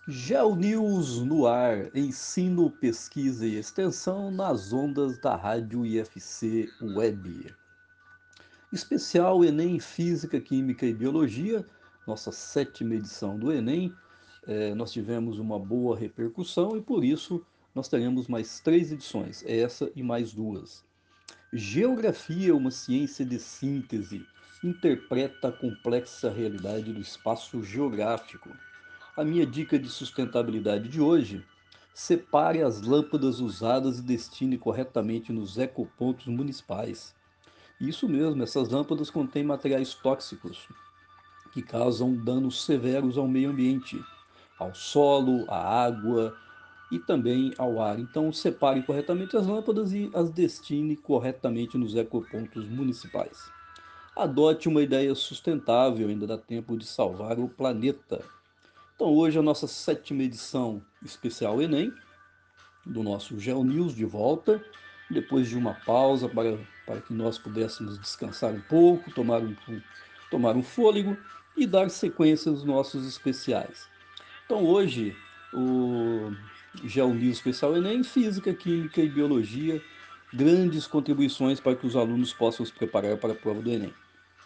GeoNews no ar, ensino, pesquisa e extensão nas ondas da Rádio IFC Web. Especial Enem Física, Química e Biologia, nossa sétima edição do Enem. Nós tivemos uma boa repercussão e por isso nós teremos mais três edições, essa e mais duas. Geografia, uma ciência de síntese, interpreta a complexa realidade do espaço geográfico. A minha dica de sustentabilidade de hoje: separe as lâmpadas usadas e destine corretamente nos ecopontos municipais. Isso mesmo, essas lâmpadas contêm materiais tóxicos que causam danos severos ao meio ambiente, ao solo, à água e também ao ar. Então, separe corretamente as lâmpadas e as destine corretamente nos ecopontos municipais. Adote uma ideia sustentável, ainda dá tempo de salvar o planeta. Então, hoje a nossa sétima edição especial Enem, do nosso GeoNews de volta, depois de uma pausa para que nós pudéssemos descansar um pouco, tomar um fôlego e dar sequência aos nossos especiais. Então, hoje, o GeoNews Especial Enem, Física, Química e Biologia, grandes contribuições para que os alunos possam se preparar para a prova do Enem.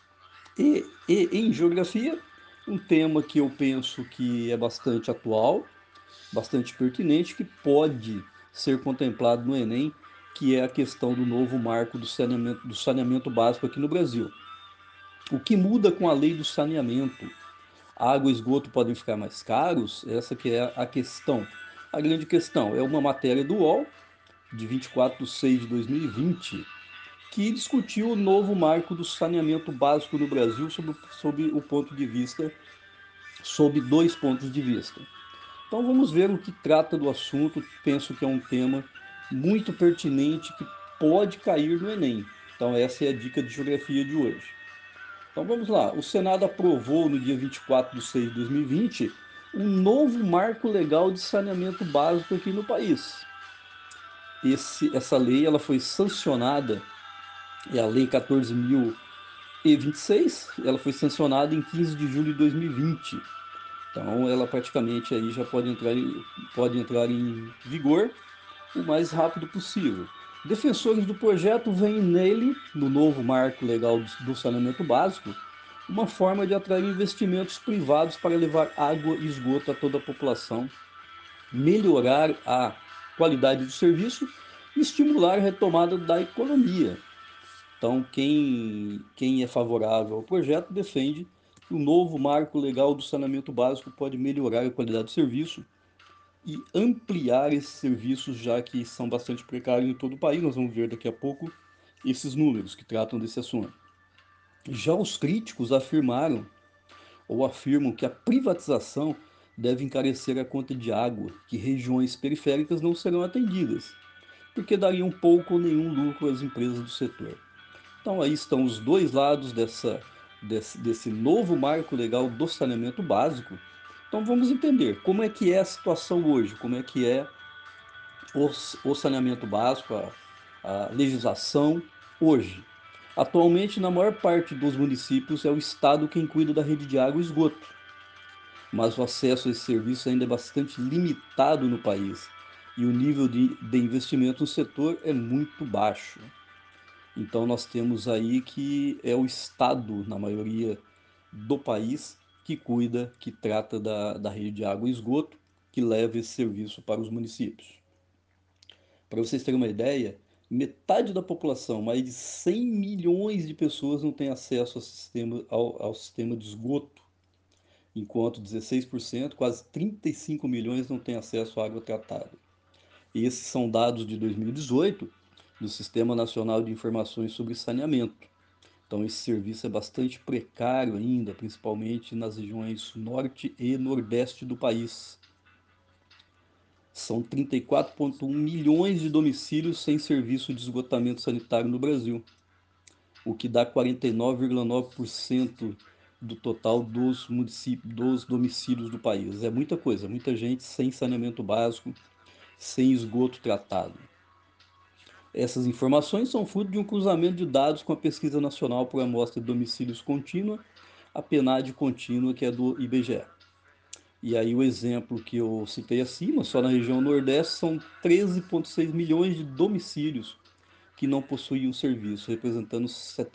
E em Geografia, um tema que eu penso que é bastante atual, bastante pertinente, que pode ser contemplado no Enem, que é a questão do novo marco do saneamento básico aqui no Brasil. O que muda com a lei do saneamento? Água e esgoto podem ficar mais caros? Essa que é a questão. A grande questão é uma matéria do UOL, de 24 de 6 de 2020, que discutiu o novo marco do saneamento básico no Brasil sob o ponto de vista, sob dois pontos de vista. Então vamos ver o que trata do assunto. Penso que é um tema muito pertinente que pode cair no Enem. Então essa é a dica de geografia de hoje. Então vamos lá. O Senado aprovou no dia 24 de 6 de 2020 um novo marco legal de saneamento básico aqui no país. Essa lei ela foi sancionada, é a Lei 14.026, ela foi sancionada em 15 de julho de 2020. Então ela praticamente aí já pode entrar em vigor o mais rápido possível. Defensores do projeto veem nele, no novo marco legal do saneamento básico, uma forma de atrair investimentos privados para levar água e esgoto a toda a população, melhorar a qualidade do serviço e estimular a retomada da economia. Então, quem é favorável ao projeto defende que o novo marco legal do saneamento básico pode melhorar a qualidade do serviço e ampliar esses serviços, já que são bastante precários em todo o país. Nós vamos ver daqui a pouco esses números que tratam desse assunto. Já os críticos afirmaram ou afirmam que a privatização deve encarecer a conta de água, que regiões periféricas não serão atendidas, porque dariam pouco ou nenhum lucro às empresas do setor. Então aí estão os dois lados desse novo marco legal do saneamento básico. Então vamos entender como é que é a situação hoje, como é que é o saneamento básico, a legislação hoje. Atualmente, na maior parte dos municípios, é o Estado quem cuida da rede de água e esgoto, mas o acesso a esse serviço ainda é bastante limitado no país e o nível de investimento no setor é muito baixo. Então nós temos aí que é o Estado, na maioria do país, que cuida, que trata da rede de água e esgoto, que leva esse serviço para os municípios. Para vocês terem uma ideia, metade da população, mais de 100 milhões de pessoas, não tem acesso ao sistema de esgoto, enquanto 16%, quase 35 milhões, não têm acesso à água tratada. E esses são dados de 2018 do Sistema Nacional de Informações sobre Saneamento. Então, esse serviço é bastante precário ainda, principalmente nas regiões norte e nordeste do país. São 34,1 milhões de domicílios sem serviço de esgotamento sanitário no Brasil, o que dá 49,9% do total dos municípios, dos domicílios do país. É muita coisa, muita gente sem saneamento básico, sem esgoto tratado. Essas informações são fruto de um cruzamento de dados com a Pesquisa Nacional por Amostra de Domicílios Contínua, a PNAD contínua, que é do IBGE. E aí o exemplo que eu citei acima, só na região Nordeste, são 13,6 milhões de domicílios que não possuíam o serviço, representando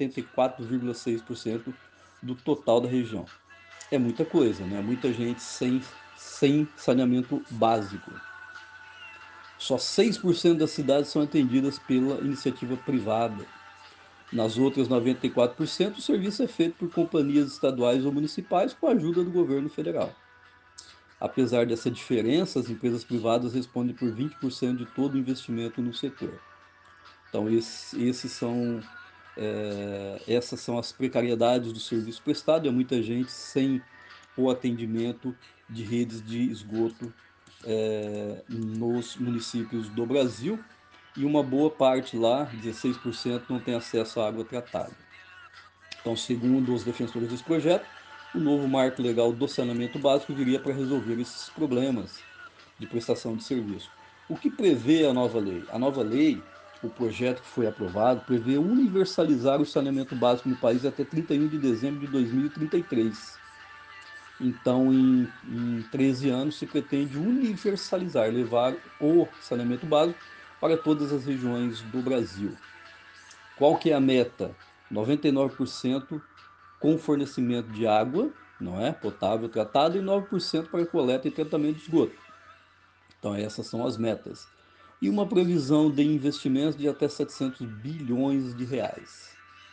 74,6% do total da região. É muita coisa, né? Muita gente sem saneamento básico. Só 6% das cidades são atendidas pela iniciativa privada. Nas outras 94%, o serviço é feito por companhias estaduais ou municipais com a ajuda do governo federal. Apesar dessa diferença, as empresas privadas respondem por 20% de todo o investimento no setor. Então, essas são as precariedades do serviço prestado. É muita gente sem o atendimento de redes de esgoto nos municípios do Brasil, e uma boa parte lá, 16%, não tem acesso à água tratada. Então, segundo os defensores desse projeto, o novo marco legal do saneamento básico viria para resolver esses problemas de prestação de serviço. O que prevê a nova lei? A nova lei, o projeto que foi aprovado, prevê universalizar o saneamento básico no país até 31 de dezembro de 2033. Então, em 13 anos, se pretende universalizar, levar o saneamento básico para todas as regiões do Brasil. Qual que é a meta? 99% com fornecimento de água, não é, potável tratada, e 9% para coleta e tratamento de esgoto. Então essas são as metas. E uma previsão de investimentos de até 700 bilhões de reais.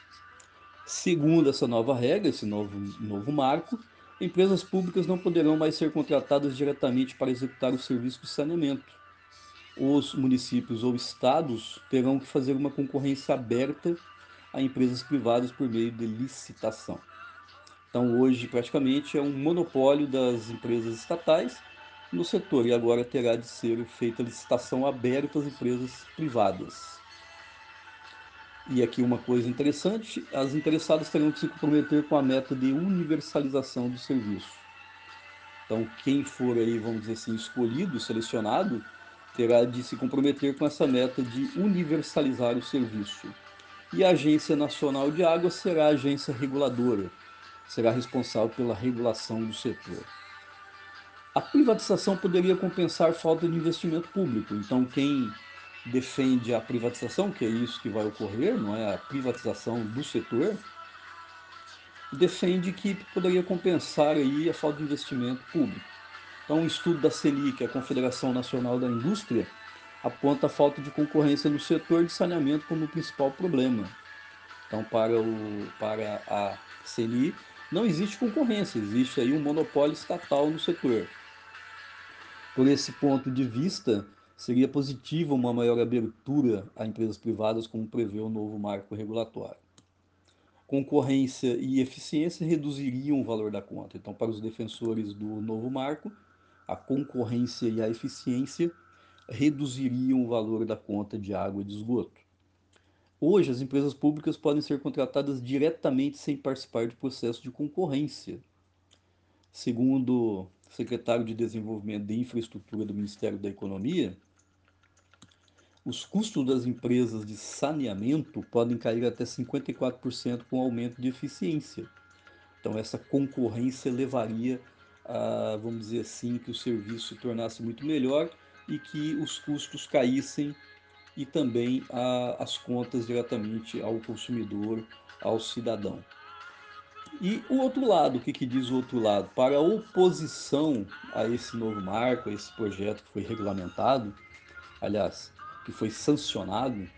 Segundo essa nova regra, esse novo marco, empresas públicas não poderão mais ser contratadas diretamente para executar o serviço de saneamento. Os municípios ou estados terão que fazer uma concorrência aberta a empresas privadas por meio de licitação. Então, hoje, praticamente, é um monopólio das empresas estatais no setor, e agora terá de ser feita licitação aberta às empresas privadas. E aqui uma coisa interessante: as interessadas terão que se comprometer com a meta de universalização do serviço. Então, quem for aí, vamos dizer assim, escolhido, selecionado, terá de se comprometer com essa meta de universalizar o serviço. E a Agência Nacional de Água será a agência reguladora, será responsável pela regulação do setor. A privatização poderia compensar falta de investimento público. Então, quem defende a privatização, que é isso que vai ocorrer, não é a privatização do setor, defende que poderia compensar aí a falta de investimento público. Então, um estudo da CENIC, a Confederação Nacional da Indústria, aponta a falta de concorrência no setor de saneamento como o principal problema. Então, para a CNI, não existe concorrência, existe aí um monopólio estatal no setor. Por esse ponto de vista, seria positiva uma maior abertura a empresas privadas, como prevê o novo marco regulatório. Concorrência e eficiência reduziriam o valor da conta. Então, para os defensores do novo marco, a concorrência e a eficiência reduziriam o valor da conta de água e de esgoto. Hoje, as empresas públicas podem ser contratadas diretamente sem participar de processo de concorrência. Segundo o secretário de Desenvolvimento de Infraestrutura do Ministério da Economia, os custos das empresas de saneamento podem cair até 54% com aumento de eficiência. Então, essa concorrência levaria a, vamos dizer assim, que o serviço se tornasse muito melhor e que os custos caíssem, e também as contas diretamente ao consumidor, ao cidadão. E o outro lado, o que diz o outro lado? Para a oposição a esse novo marco, a esse projeto que foi regulamentado, aliás, que foi sancionado,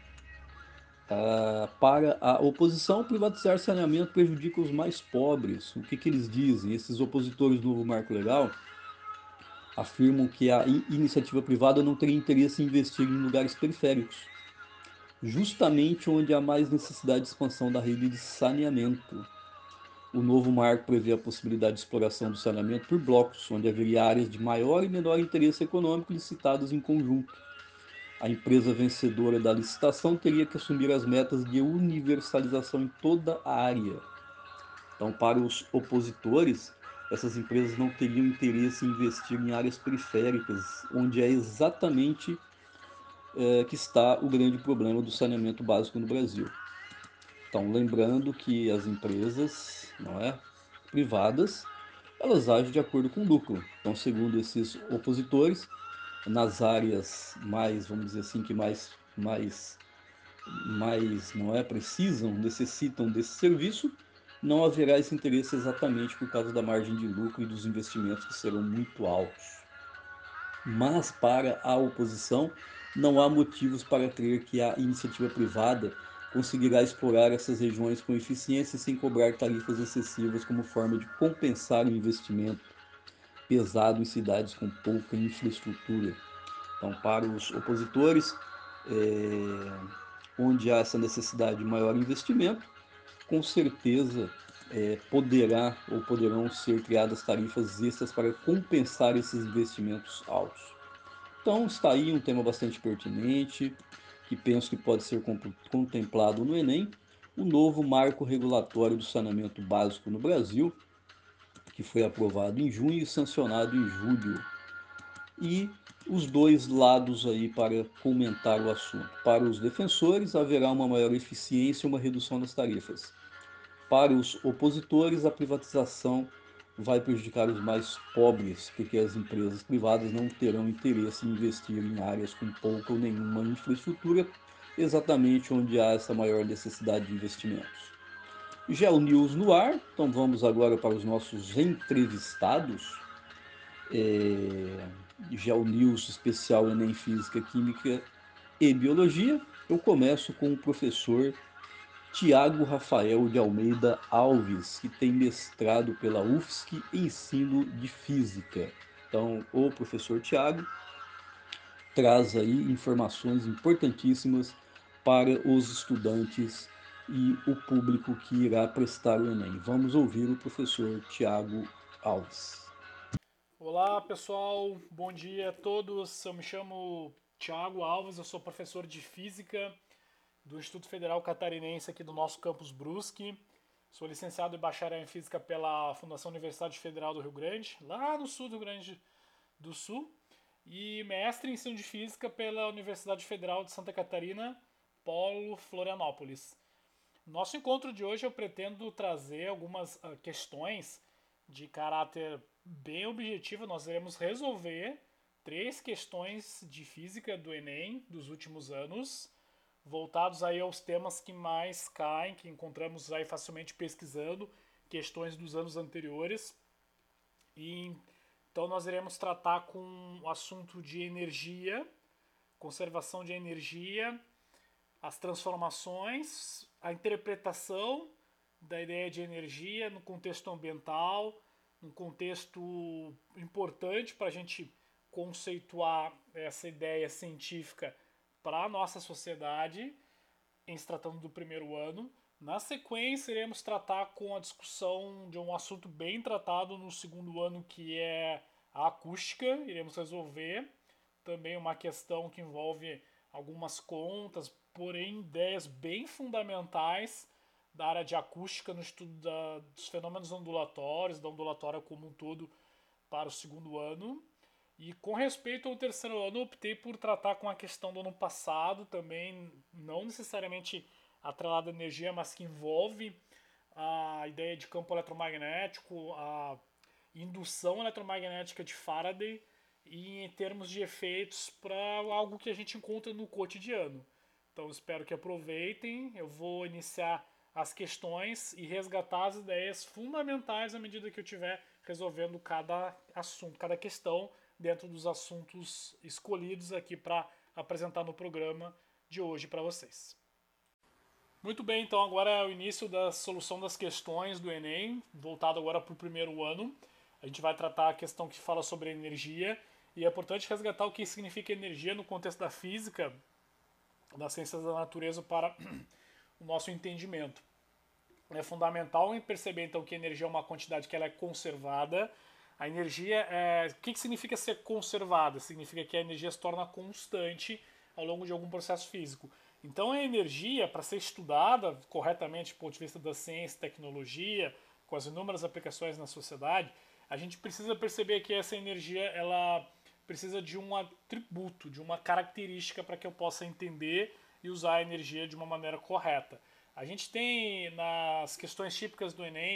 para a oposição, privatizar saneamento prejudica os mais pobres. O que eles dizem? Esses opositores do novo marco legal afirmam que a iniciativa privada não teria interesse em investir em lugares periféricos, justamente onde há mais necessidade de expansão da rede de saneamento. O novo marco prevê a possibilidade de exploração do saneamento por blocos, onde haveria áreas de maior e menor interesse econômico licitadas em conjunto. A empresa vencedora da licitação teria que assumir as metas de universalização em toda a área. Então, para os opositores, essas empresas não teriam interesse em investir em áreas periféricas, onde é exatamente que está o grande problema do saneamento básico no Brasil. Então, lembrando que as empresas, não é, privadas elas agem de acordo com o lucro. Então, segundo esses opositores, nas áreas mais, vamos dizer assim, que mais não é precisam, necessitam desse serviço, não haverá esse interesse exatamente por causa da margem de lucro e dos investimentos que serão muito altos. Mas para a oposição, não há motivos para crer que a iniciativa privada conseguirá explorar essas regiões com eficiência sem cobrar tarifas excessivas como forma de compensar o investimento pesado em cidades com pouca infraestrutura. Então, para os opositores, é, onde há essa necessidade de maior investimento, com certeza poderão ser criadas tarifas extras para compensar esses investimentos altos. Então, está aí um tema bastante pertinente, que penso que pode ser contemplado no Enem, o novo marco regulatório do saneamento básico no Brasil, que foi aprovado em junho e sancionado em julho. E os dois lados aí para comentar o assunto. Para os defensores, haverá uma maior eficiência e uma redução das tarifas. Para os opositores, a privatização vai prejudicar os mais pobres, porque as empresas privadas não terão interesse em investir em áreas com pouca ou nenhuma infraestrutura, exatamente onde há essa maior necessidade de investimentos. Geo News no ar, então vamos agora para os nossos entrevistados. Geo News especial Enem Física, Química e Biologia. Eu começo com o professor Tiago Rafael de Almeida Alves, que tem mestrado pela UFSC em ensino de física. Então, o professor Tiago traz aí informações importantíssimas para os estudantes e o público que irá prestar o Enem. Vamos ouvir o professor Tiago Alves. Olá pessoal, bom dia a todos. Eu me chamo Thiago Alves, eu sou professor de Física do Instituto Federal Catarinense aqui do nosso campus Brusque. Sou licenciado e bacharel em Física pela Fundação Universidade Federal do Rio Grande, lá no sul do Rio Grande do Sul, e mestre em Ensino de Física pela Universidade Federal de Santa Catarina, Polo Florianópolis. No nosso encontro de hoje eu pretendo trazer algumas questões de caráter bem objetivo. Nós iremos resolver 3 questões de física do Enem dos últimos anos, voltados aí aos temas que mais caem, que encontramos aí facilmente pesquisando, questões dos anos anteriores. E então nós iremos tratar com o assunto de energia, conservação de energia, as transformações, a interpretação da ideia de energia no contexto ambiental, num contexto importante para a gente conceituar essa ideia científica para a nossa sociedade, em se tratando do primeiro ano. Na sequência, iremos tratar com a discussão de um assunto bem tratado no segundo ano, que é a acústica. Iremos resolver também uma questão que envolve algumas contas, porém ideias bem fundamentais da área de acústica no estudo dos fenômenos ondulatórios, da ondulatória como um todo para o segundo ano. E com respeito ao terceiro ano, optei por tratar com a questão do ano passado também, não necessariamente atrelada à energia, mas que envolve a ideia de campo eletromagnético, a indução eletromagnética de Faraday e em termos de efeitos para algo que a gente encontra no cotidiano. Então espero que aproveitem. Eu vou iniciar as questões e resgatar as ideias fundamentais à medida que eu estiver resolvendo cada assunto, cada questão dentro dos assuntos escolhidos aqui para apresentar no programa de hoje para vocês. Muito bem, então agora é o início da solução das questões do Enem, voltado agora para o primeiro ano. A gente vai tratar a questão que fala sobre energia e é importante resgatar o que significa energia no contexto da física, das ciências da natureza para o nosso entendimento. É fundamental perceber então que a energia é uma quantidade que ela é conservada. A energia o que significa ser conservada? Significa que a energia se torna constante ao longo de algum processo físico. Então a energia, para ser estudada corretamente do ponto de vista da ciência e tecnologia, com as inúmeras aplicações na sociedade, a gente precisa perceber que essa energia ela precisa de um atributo, de uma característica para que eu possa entender e usar a energia de uma maneira correta. A gente tem nas questões típicas do Enem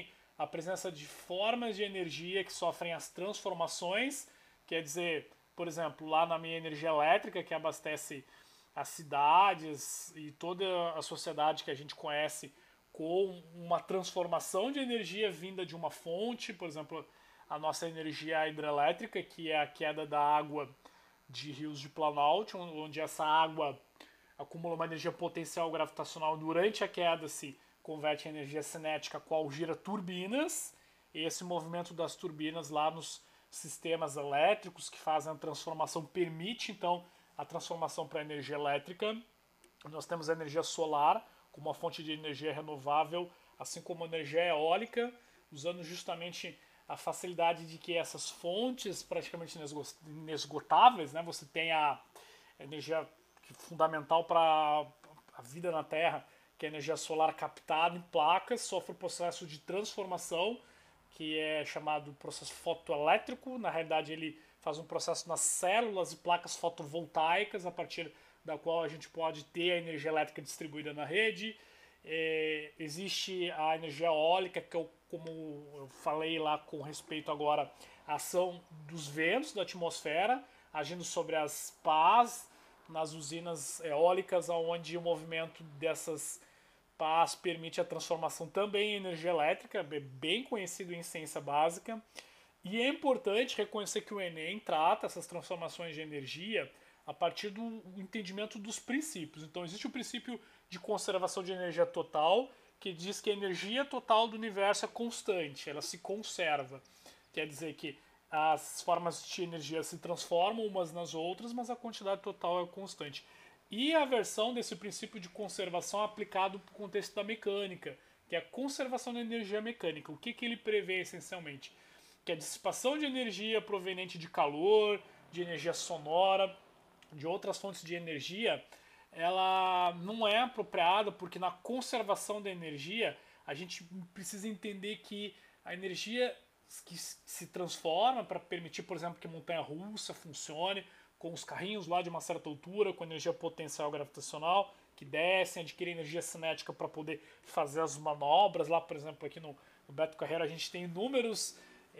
a presença de formas de energia que sofrem as transformações, quer dizer, por exemplo, lá na minha energia elétrica, que abastece as cidades e toda a sociedade que a gente conhece com uma transformação de energia vinda de uma fonte, por exemplo, a nossa energia hidrelétrica, que é a queda da água de rios de Planalto, onde essa água acumula uma energia potencial gravitacional durante a queda, se converte em energia cinética, qual gira turbinas, e esse movimento das turbinas lá nos sistemas elétricos que fazem a transformação permite então a transformação para energia elétrica. Nós temos a energia solar como uma fonte de energia renovável, assim como a energia eólica, usando justamente a facilidade de que essas fontes praticamente inesgotáveis, né? Você tem a energia fundamental para a vida na Terra, que é a energia solar captada em placas, sofre o processo de transformação, que é chamado processo fotoelétrico. Na realidade, ele faz um processo nas células e placas fotovoltaicas, a partir da qual a gente pode ter a energia elétrica distribuída na rede. Existe a energia eólica, que é, como eu falei lá com respeito agora, a ação dos ventos da atmosfera, agindo sobre as pás, nas usinas eólicas, onde o movimento dessas pás permite a transformação também em energia elétrica, é bem conhecido em ciência básica. E é importante reconhecer que o Enem trata essas transformações de energia a partir do entendimento dos princípios. Então, existe o princípio de conservação de energia total, que diz que a energia total do universo é constante, ela se conserva. Quer dizer que as formas de energia se transformam umas nas outras, mas a quantidade total é constante. E a versão desse princípio de conservação aplicado para o contexto da mecânica, que é a conservação da energia mecânica. O que ele prevê essencialmente? Que a dissipação de energia proveniente de calor, de energia sonora, de outras fontes de energia, ela não é apropriada, porque na conservação da energia a gente precisa entender que a energia que se transforma para permitir, por exemplo, que a montanha-russa funcione, com os carrinhos lá de uma certa altura, com energia potencial gravitacional, que descem, adquirem energia cinética para poder fazer as manobras. Lá, por exemplo, aqui no Beto Carreiro, a gente tem inúmeros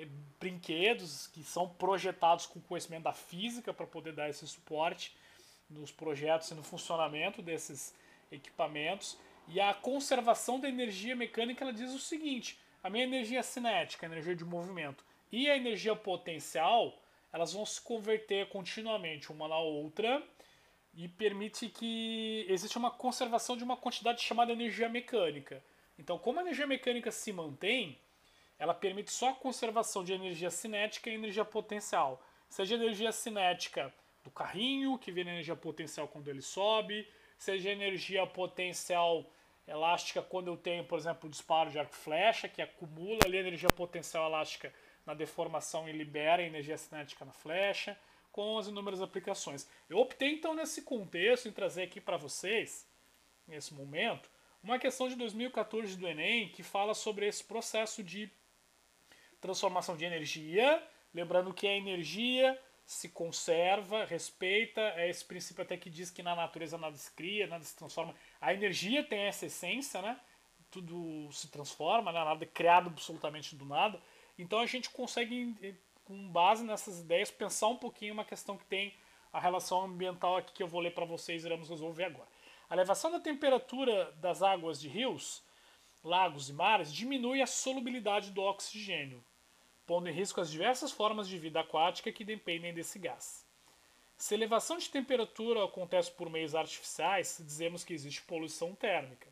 brinquedos que são projetados com conhecimento da física para poder dar esse suporte nos projetos e no funcionamento desses equipamentos. E a conservação da energia mecânica, ela diz o seguinte: a minha energia cinética, a energia de movimento, e a energia potencial, elas vão se converter continuamente uma na outra, e permite que exista uma conservação de uma quantidade chamada energia mecânica. Então, como a energia mecânica se mantém, ela permite só a conservação de energia cinética e energia potencial. Seja energia cinética do carrinho, que vira energia potencial quando ele sobe, seja energia potencial elástica quando eu tenho, por exemplo, o disparo de arco e flecha, que acumula ali energia potencial elástica na deformação e libera energia cinética na flecha, com as inúmeras aplicações. Eu optei então nesse contexto em trazer aqui para vocês, nesse momento, uma questão de 2014 do Enem que fala sobre esse processo de transformação de energia, lembrando que a energia se conserva, respeita, é esse princípio até que diz que na natureza nada se cria, nada se transforma. A energia tem essa essência, né? Tudo se transforma, né? Nada é criado absolutamente do nada. Então a gente consegue, com base nessas ideias, pensar um pouquinho uma questão que tem a relação ambiental aqui que eu vou ler para vocês e iremos resolver agora. A elevação da temperatura das águas de rios, lagos e mares diminui a solubilidade do oxigênio, pondo em risco as diversas formas de vida aquática que dependem desse gás. Se a elevação de temperatura acontece por meios artificiais, dizemos que existe poluição térmica.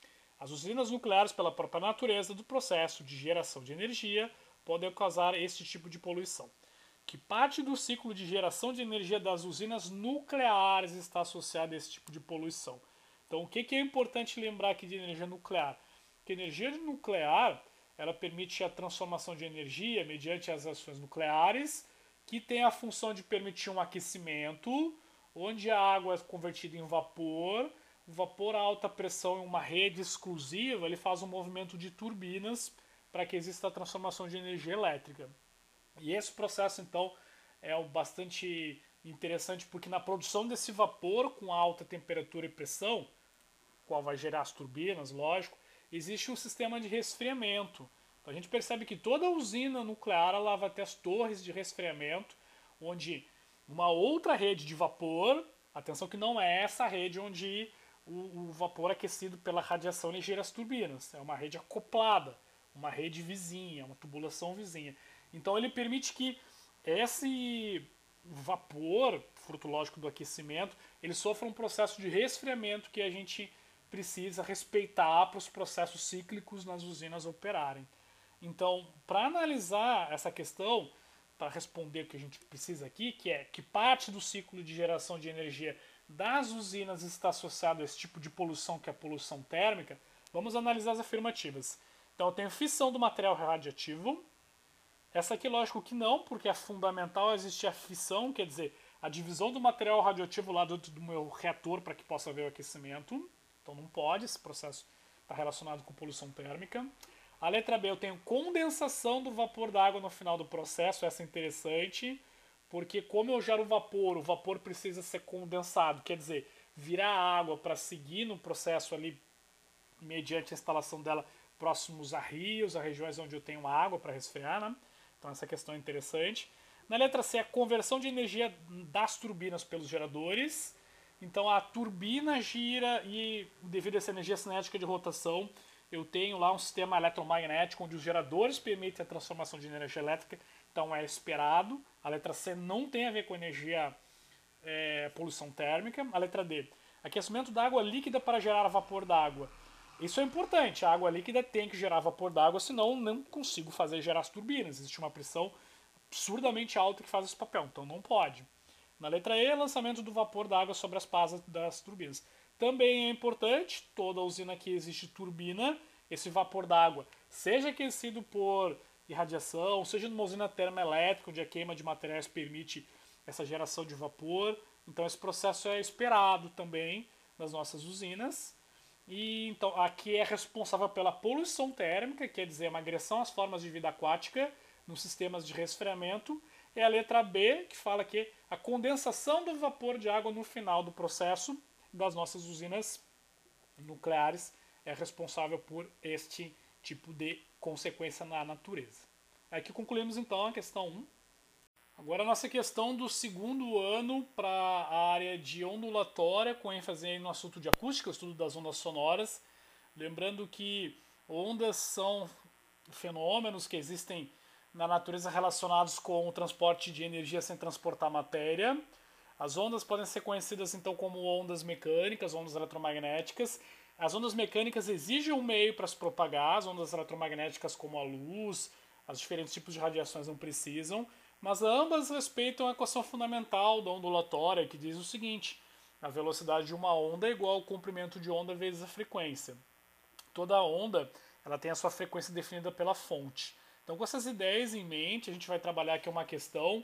As usinas nucleares, pela própria natureza do processo de geração de energia, podem causar este tipo de poluição, que parte do ciclo de geração de energia das usinas nucleares está associada a esse tipo de poluição. Então, o que é importante lembrar aqui de energia nuclear? Que a energia nuclear ela permite a transformação de energia mediante as reações nucleares, que tem a função de permitir um aquecimento, onde a água é convertida em vapor, o vapor a alta pressão em uma rede exclusiva, ele faz um movimento de turbinas para que exista a transformação de energia elétrica. E esse processo, então, é bastante interessante, porque na produção desse vapor com alta temperatura e pressão, qual vai gerar as turbinas, lógico, existe um sistema de resfriamento. Então a gente percebe que toda usina nuclear ela vai ter as torres de resfriamento, onde uma outra rede de vapor, atenção que não é essa rede onde o vapor aquecido pela radiação ele gera as turbinas, é uma rede acoplada, uma rede vizinha, uma tubulação vizinha. Então ele permite que esse vapor, fruto lógico do aquecimento, ele sofra um processo de resfriamento que a gente precisa respeitar para os processos cíclicos nas usinas operarem. Então, para analisar essa questão, para responder o que a gente precisa aqui, que é que parte do ciclo de geração de energia das usinas está associado a esse tipo de poluição, que é a poluição térmica, vamos analisar as afirmativas. Então, eu tenho fissão do material radioativo. Essa aqui, lógico que não, porque é fundamental existir a fissão, quer dizer, a divisão do material radioativo lá dentro do meu reator para que possa haver o aquecimento. Então, não pode, esse processo está relacionado com poluição térmica. A letra B, eu tenho condensação do vapor d'água no final do processo, essa é interessante, porque como eu gero vapor, o vapor precisa ser condensado, quer dizer, virar água para seguir no processo ali, mediante a instalação dela próximos a rios, a regiões onde eu tenho água para resfriar, né? Então essa questão é interessante. Na letra C, a conversão de energia das turbinas pelos geradores. Então a turbina gira e, devido a essa energia cinética de rotação, eu tenho lá um sistema eletromagnético onde os geradores permitem a transformação de energia elétrica, então é esperado. A letra C não tem a ver com energia poluição térmica. A letra D, aquecimento da água líquida para gerar vapor d'água. Isso é importante, a água líquida tem que gerar vapor d'água, senão não consigo fazer gerar as turbinas. Existe uma pressão absurdamente alta que faz esse papel, então não pode. Na letra E, lançamento do vapor d'água sobre as pás das turbinas. Também é importante, toda usina que existe turbina, esse vapor d'água, seja aquecido por irradiação, seja numa usina termoelétrica, onde a queima de materiais permite essa geração de vapor. Então esse processo é esperado também nas nossas usinas. E então aqui é responsável pela poluição térmica, quer dizer, uma agressão às formas de vida aquática nos sistemas de resfriamento. É a letra B, que fala que a condensação do vapor de água no final do processo das nossas usinas nucleares é responsável por este tipo de consequência na natureza. Aqui concluímos então a questão 1. Agora a nossa questão do segundo ano para a área de ondulatória, com ênfase no assunto de acústica, o estudo das ondas sonoras. Lembrando que ondas são fenômenos que existem na natureza relacionados com o transporte de energia sem transportar matéria. As ondas podem ser conhecidas então como ondas mecânicas, ondas eletromagnéticas. As ondas mecânicas exigem um meio para se propagar, as ondas eletromagnéticas como a luz, os diferentes tipos de radiações não precisam, mas ambas respeitam a equação fundamental da ondulatória, que diz o seguinte: a velocidade de uma onda é igual ao comprimento de onda vezes a frequência. Toda onda ela tem a sua frequência definida pela fonte. Então, com essas ideias em mente, a gente vai trabalhar aqui uma questão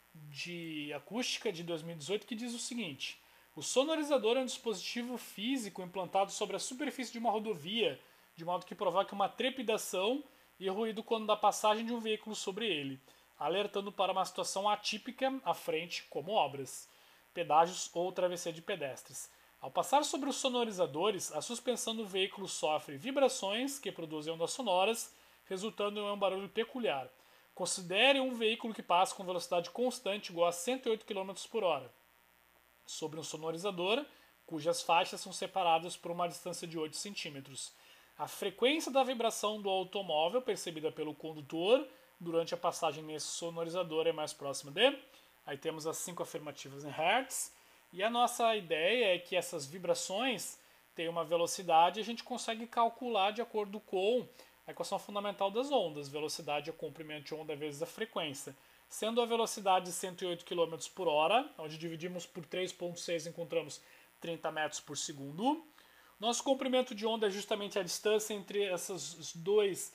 de acústica de 2018 que diz o seguinte: o sonorizador é um dispositivo físico implantado sobre a superfície de uma rodovia, de modo que provoque uma trepidação e ruído quando da passagem de um veículo sobre ele, alertando para uma situação atípica à frente, como obras, pedágios ou travessia de pedestres. Ao passar sobre os sonorizadores, a suspensão do veículo sofre vibrações que produzem ondas sonoras, resultando em um barulho peculiar. Considere um veículo que passa com velocidade constante igual a 108 km por hora sobre um sonorizador, cujas faixas são separadas por uma distância de 8 centímetros. A frequência da vibração do automóvel percebida pelo condutor durante a passagem nesse sonorizador é mais próxima de... Aí temos as 5 afirmativas em Hertz. E a nossa ideia é que essas vibrações têm uma velocidade e a gente consegue calcular de acordo com a equação fundamental das ondas. Velocidade é comprimento de onda vezes a frequência. Sendo a velocidade 108 km por hora, onde dividimos por 3,6 encontramos 30 metros por segundo. Nosso comprimento de onda é justamente a distância entre essas duas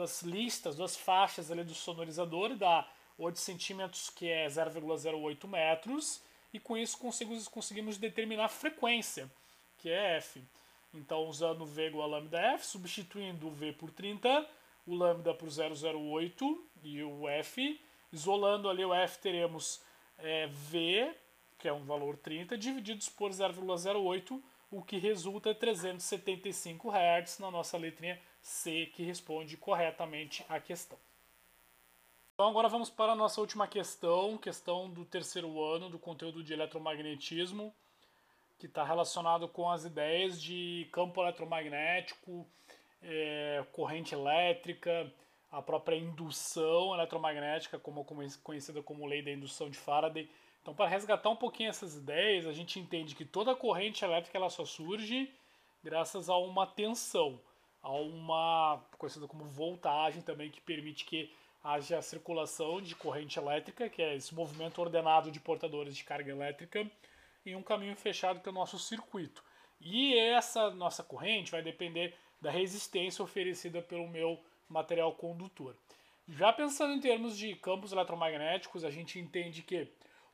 faixas ali do sonorizador, dá 8 centímetros, que é 0,08 metros, e com isso conseguimos determinar a frequência, que é F. Então, usando V igual a lambda F, substituindo o V por 30, o lambda por 0,08 e o F, isolando ali o F, teremos V, que é um valor 30, divididos por 0,08, o que resulta 375 Hz na nossa letrinha C, que responde corretamente a questão. Então agora vamos para a nossa última questão do terceiro ano do conteúdo de eletromagnetismo, que está relacionado com as ideias de campo eletromagnético, corrente elétrica, a própria indução eletromagnética, conhecida como lei da indução de Faraday. Então, para resgatar um pouquinho essas ideias, a gente entende que toda corrente elétrica ela só surge graças a uma tensão, a uma conhecida como voltagem também, que permite que haja a circulação de corrente elétrica, que é esse movimento ordenado de portadores de carga elétrica, em um caminho fechado que é o nosso circuito. E essa nossa corrente vai depender da resistência oferecida pelo meu material condutor. Já pensando em termos de campos eletromagnéticos, a gente entende que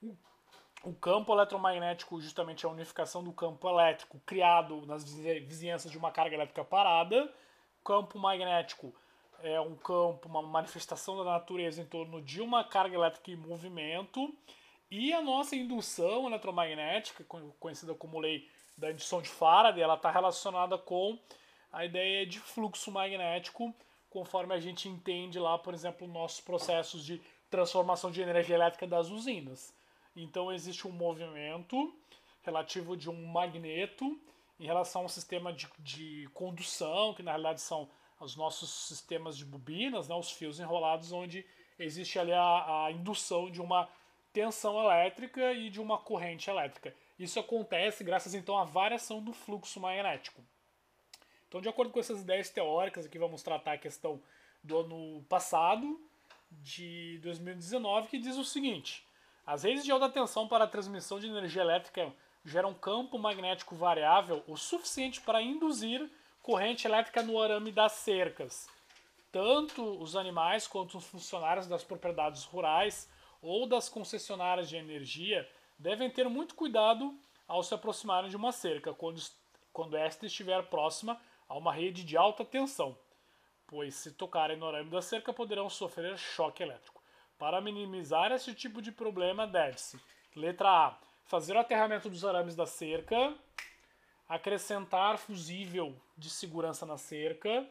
o campo eletromagnético justamente é a unificação do campo elétrico criado nas vizinhanças de uma carga elétrica parada. O campo magnético é um campo, uma manifestação da natureza em torno de uma carga elétrica em movimento. E a nossa indução eletromagnética, conhecida como lei da indução de Faraday, ela está relacionada com a ideia de fluxo magnético, conforme a gente entende lá, por exemplo, nossos processos de transformação de energia elétrica das usinas. Então existe um movimento relativo de um magneto em relação a um sistema de condução, que na realidade são os nossos sistemas de bobinas, né, os fios enrolados, onde existe ali a indução de uma tensão elétrica e de uma corrente elétrica. Isso acontece graças então à variação do fluxo magnético. Então, de acordo com essas ideias teóricas, aqui vamos tratar a questão do ano passado, de 2019, que diz o seguinte: as redes de alta tensão para a transmissão de energia elétrica geram campo magnético variável o suficiente para induzir corrente elétrica no arame das cercas. Tanto os animais quanto os funcionários das propriedades rurais ou das concessionárias de energia devem ter muito cuidado ao se aproximarem de uma cerca, quando esta estiver próxima a uma rede de alta tensão, pois se tocarem no arame da cerca poderão sofrer choque elétrico. Para minimizar esse tipo de problema, deve-se: letra A, fazer o aterramento dos arames da cerca, acrescentar fusível de segurança na cerca,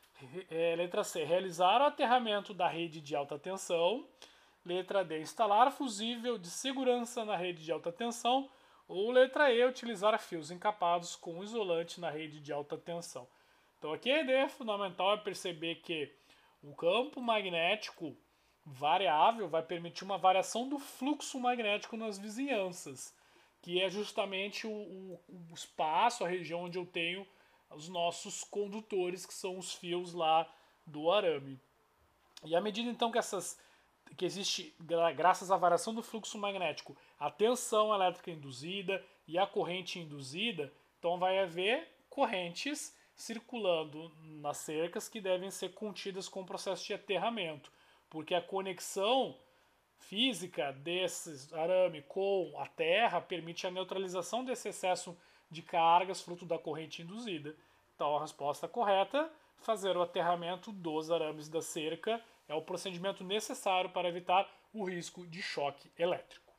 letra C, realizar o aterramento da rede de alta tensão, letra D, instalar fusível de segurança na rede de alta tensão, ou letra E, utilizar fios encapados com isolante na rede de alta tensão. Então aqui a ideia fundamental é perceber que o campo magnético variável vai permitir uma variação do fluxo magnético nas vizinhanças, que é justamente o espaço, a região onde eu tenho os nossos condutores, que são os fios lá do arame. E à medida então que existe, graças à variação do fluxo magnético, a tensão elétrica induzida e a corrente induzida, então vai haver correntes circulando nas cercas que devem ser contidas com o processo de aterramento, porque a conexão física desse arame com a terra permite a neutralização desse excesso de cargas fruto da corrente induzida. Então a resposta correta, fazer o aterramento dos arames da cerca, é o procedimento necessário para evitar o risco de choque elétrico.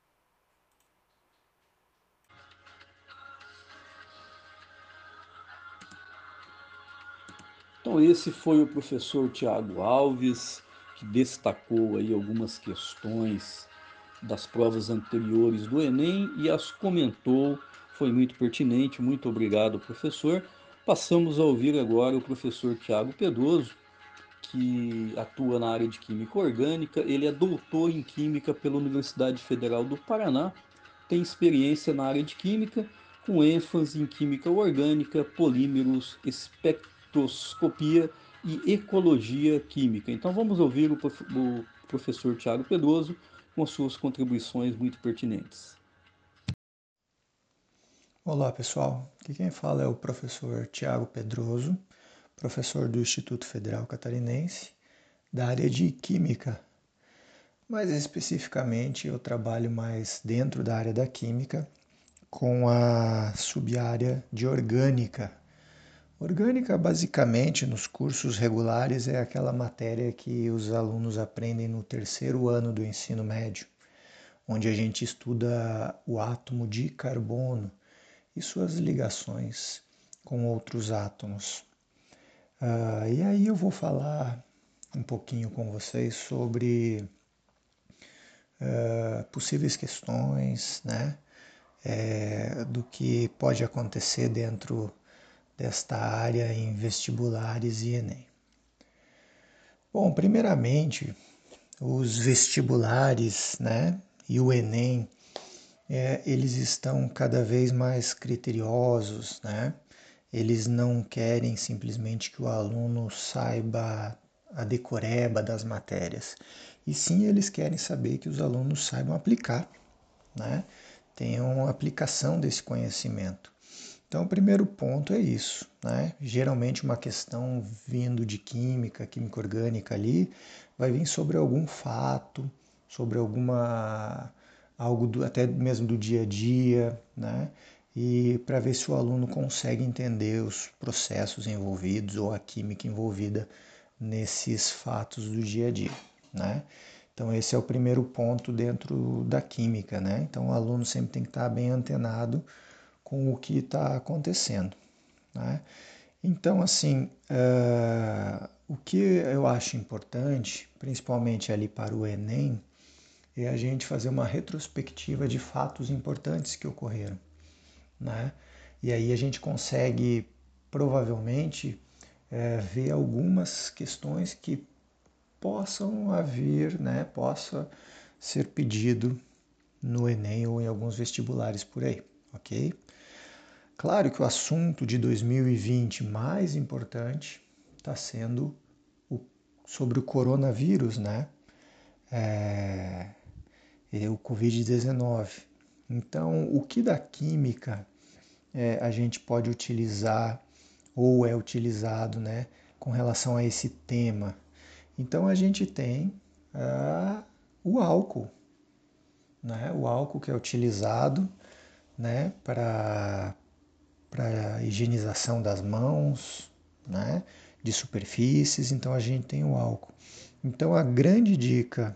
Então esse foi o professor Tiago Alves, que destacou aí algumas questões das provas anteriores do Enem e as comentou. Foi muito pertinente, muito obrigado, professor. Passamos a ouvir agora o professor Tiago Pedroso, que atua na área de Química Orgânica. Ele é doutor em Química pela Universidade Federal do Paraná, tem experiência na área de Química, com ênfase em Química Orgânica, polímeros, espectroscopia e ecologia química. Então vamos ouvir o professor Tiago Pedroso com suas contribuições muito pertinentes. Olá pessoal, aqui quem fala é o professor Tiago Pedroso, professor do Instituto Federal Catarinense, da área de Química. Mais especificamente, eu trabalho mais dentro da área da Química, com a sub-área de Orgânica. Orgânica, basicamente, nos cursos regulares, é aquela matéria que os alunos aprendem no terceiro ano do ensino médio, onde a gente estuda o átomo de carbono e suas ligações com outros átomos. E aí eu vou falar um pouquinho com vocês sobre possíveis questões, né, do que pode acontecer dentro desta área em vestibulares e Enem. Bom, primeiramente, os vestibulares, né, e o Enem, eles estão cada vez mais criteriosos, né? Eles não querem simplesmente que o aluno saiba a decoreba das matérias, e sim eles querem saber que os alunos saibam aplicar, né? Tenham aplicação desse conhecimento. Então, o primeiro ponto é isso, né? Geralmente uma questão vindo de química, química orgânica ali, vai vir sobre algum fato, sobre algo até mesmo do dia a dia, né? E para ver se o aluno consegue entender os processos envolvidos ou a química envolvida nesses fatos do dia a dia, né? Então esse é o primeiro ponto dentro da química, né? Então o aluno sempre tem que estar bem antenado com o que está acontecendo, né? Então, assim, o que eu acho importante, principalmente ali para o Enem, é a gente fazer uma retrospectiva de fatos importantes que ocorreram, né? E aí a gente consegue, provavelmente, ver algumas questões que possam haver, né? Possa ser pedido no Enem ou em alguns vestibulares por aí, ok? Claro que o assunto de 2020 mais importante está sendo sobre o coronavírus, né? O Covid-19. Então, o que da química a gente pode utilizar ou é utilizado, né, com relação a esse tema? Então, a gente tem o álcool, né? O álcool que é utilizado, né, para higienização das mãos, né, de superfícies, então a gente tem o álcool. Então a grande dica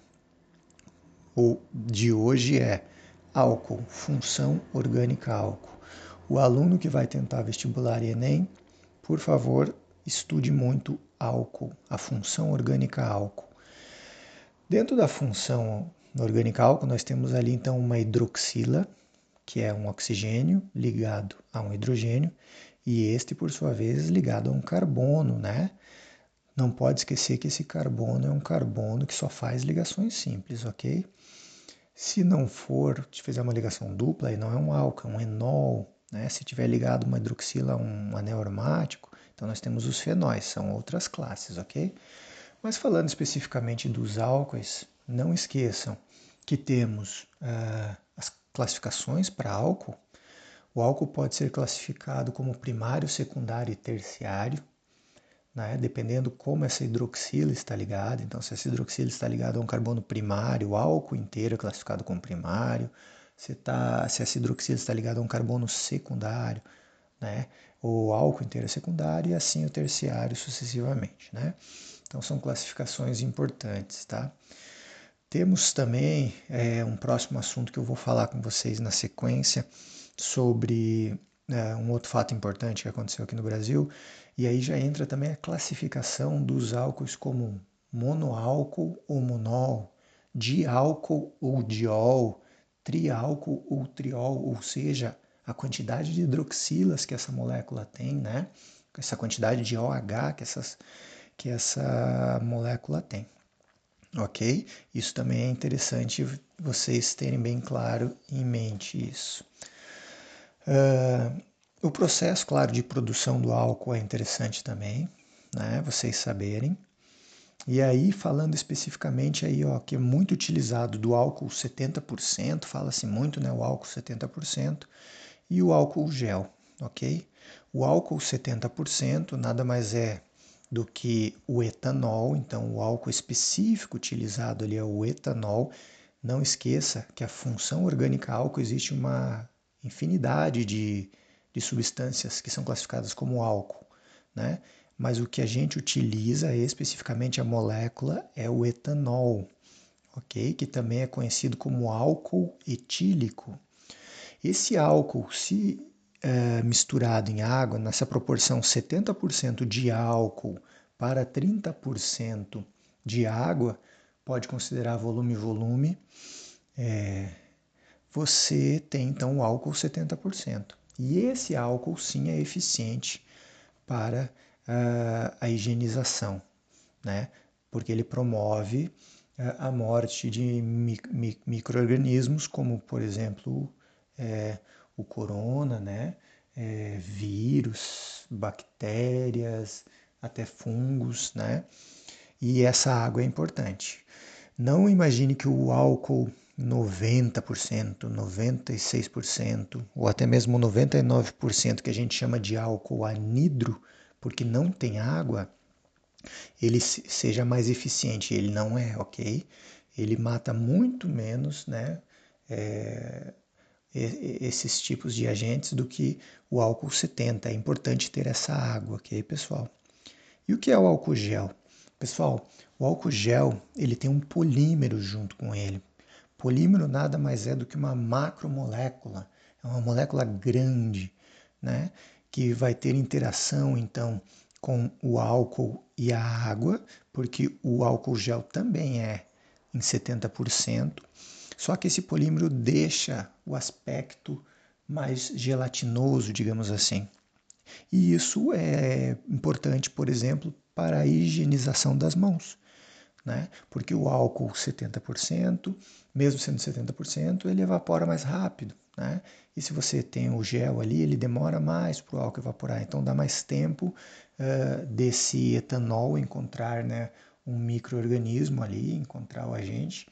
de hoje é álcool, função orgânica álcool. O aluno que vai tentar vestibular e Enem, por favor, estude muito álcool, a função orgânica álcool. Dentro da função orgânica álcool, nós temos ali então uma hidroxila, que é um oxigênio ligado a um hidrogênio, e este, por sua vez, ligado a um carbono, né? Não pode esquecer que esse carbono é um carbono que só faz ligações simples, ok? Se não for, se fizer uma ligação dupla, aí não é um álcool, é um enol, né? Se tiver ligado uma hidroxila a um anel aromático, então nós temos os fenóis, são outras classes, ok? Mas falando especificamente dos álcoois, não esqueçam que temos as classificações para álcool. O álcool pode ser classificado como primário, secundário e terciário, né? Dependendo como essa hidroxila está ligada. Então, se essa hidroxila está ligada a um carbono primário, o álcool inteiro é classificado como primário. Se essa hidroxila está ligada a um carbono secundário, né? O álcool inteiro é secundário e assim o terciário sucessivamente, né? Então, são classificações importantes, tá? Temos também um próximo assunto que eu vou falar com vocês na sequência sobre um outro fato importante que aconteceu aqui no Brasil, e aí já entra também a classificação dos álcoois como monoálcool ou monol, diálcool ou diol, triálcool ou triol, ou seja, a quantidade de hidroxilas que essa molécula tem, né? Essa quantidade de OH que essa molécula tem. Ok? Isso também é interessante vocês terem bem claro em mente isso. O processo, claro, de produção do álcool é interessante também, né? Vocês saberem. E aí, falando especificamente aí, ó, que é muito utilizado do álcool 70%, fala-se muito, né, o álcool 70%, e o álcool gel, ok? O álcool 70% nada mais é do que o etanol, então o álcool específico utilizado ali é o etanol. Não esqueça que a função orgânica álcool existe uma infinidade de substâncias que são classificadas como álcool, né? Mas o que a gente utiliza especificamente a molécula é o etanol, ok? Que também é conhecido como álcool etílico. Esse álcool, se misturado em água, nessa proporção 70% de álcool para 30% de água, pode considerar volume, você tem então o álcool 70%. E esse álcool sim é eficiente para a higienização, né? Porque ele promove a morte de micro-organismos, como por exemplo o corona, né? Vírus, bactérias, até fungos, né? E essa água é importante. Não imagine que o álcool 90%, 96% ou até mesmo 99% que a gente chama de álcool anidro, porque não tem água, ele seja mais eficiente. Ele não é, ok? Ele mata muito menos, né, esses tipos de agentes do que o álcool 70. É importante ter essa água, ok, pessoal? E o que é o álcool gel? Pessoal, o álcool gel ele tem um polímero junto com ele. Polímero nada mais é do que uma macromolécula, é uma molécula grande, né, que vai ter interação então com o álcool e a água, porque o álcool gel também é em 70%, só que esse polímero deixa o aspecto mais gelatinoso, digamos assim. E isso é importante, por exemplo, para a higienização das mãos, né? Porque o álcool 70%, mesmo sendo 70%, ele evapora mais rápido, né? E se você tem o gel ali, ele demora mais para o álcool evaporar, então dá mais tempo desse etanol encontrar, né, um micro-organismo ali, encontrar o agente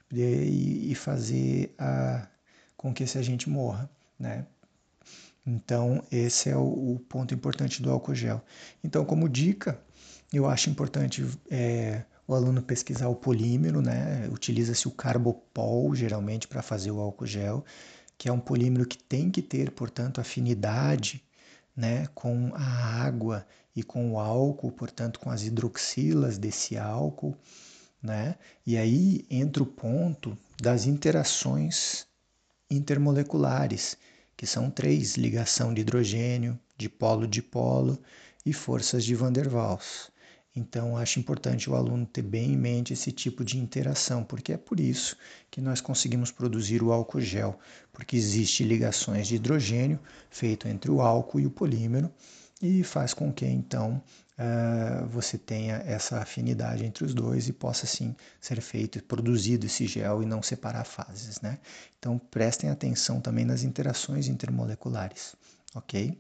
e fazer com que esse agente morra, né? Então, esse é o ponto importante do álcool gel. Então, como dica, eu acho importante o aluno pesquisar o polímero, né? Utiliza-se o carbopol, geralmente, para fazer o álcool gel, que é um polímero que tem que ter, portanto, afinidade, né, com a água e com o álcool, portanto, com as hidroxilas desse álcool, né? E aí entra o ponto das interações intermoleculares, que são três: ligação de hidrogênio, dipolo-dipolo e forças de Van der Waals. Então, acho importante o aluno ter bem em mente esse tipo de interação, porque é por isso que nós conseguimos produzir o álcool gel, porque existe ligações de hidrogênio feito entre o álcool e o polímero e faz com que então você tenha essa afinidade entre os dois e possa sim ser feito e produzido esse gel e não separar fases, né? Então prestem atenção também nas interações intermoleculares, ok?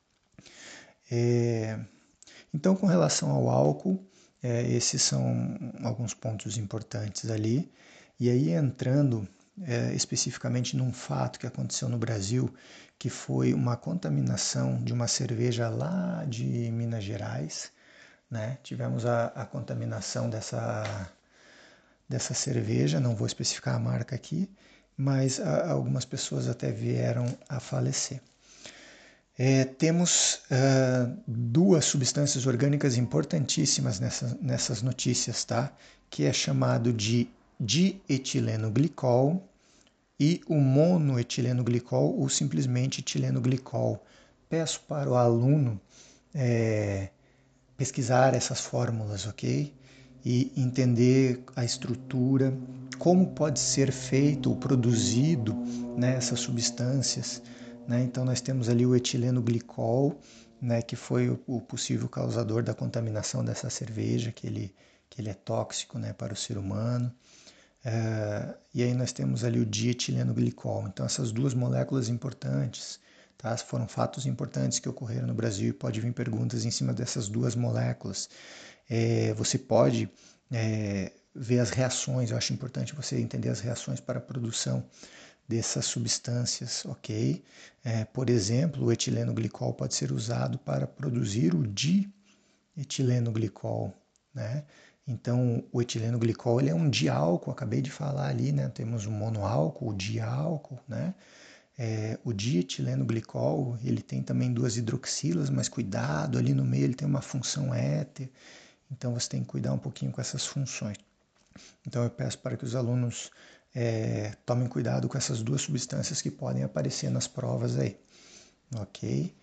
Então, com relação ao álcool, esses são alguns pontos importantes ali. E aí entrando especificamente num fato que aconteceu no Brasil, que foi uma contaminação de uma cerveja lá de Minas Gerais, né? Tivemos a contaminação dessa cerveja, não vou especificar a marca aqui, mas algumas pessoas até vieram a falecer. Temos duas substâncias orgânicas importantíssimas nessas notícias, tá? Que é chamado de dietilenoglicol e o monoetilenoglicol ou simplesmente etilenoglicol. Peço para o aluno pesquisar essas fórmulas, ok? E entender a estrutura, como pode ser feito ou produzido, né, essas substâncias, né? Então nós temos ali o etilenoglicol, né, que foi o possível causador da contaminação dessa cerveja, que ele é tóxico, né, para o ser humano. E aí nós temos ali o dietilenoglicol. Então essas duas moléculas importantes, tá? Foram fatos importantes que ocorreram no Brasil e pode vir perguntas em cima dessas duas moléculas. Você pode ver as reações, eu acho importante você entender as reações para a produção dessas substâncias, ok? Por exemplo, o etilenoglicol pode ser usado para produzir o dietilenoglicol, né? Então, o etilenoglicol ele é um diálcool, acabei de falar ali, né? Temos o monoálcool, o diálcool, né? O dietilenoglicol, ele tem também duas hidroxilas, mas cuidado, ali no meio ele tem uma função éter, então você tem que cuidar um pouquinho com essas funções. Então eu peço para que os alunos tomem cuidado com essas duas substâncias que podem aparecer nas provas aí, ok?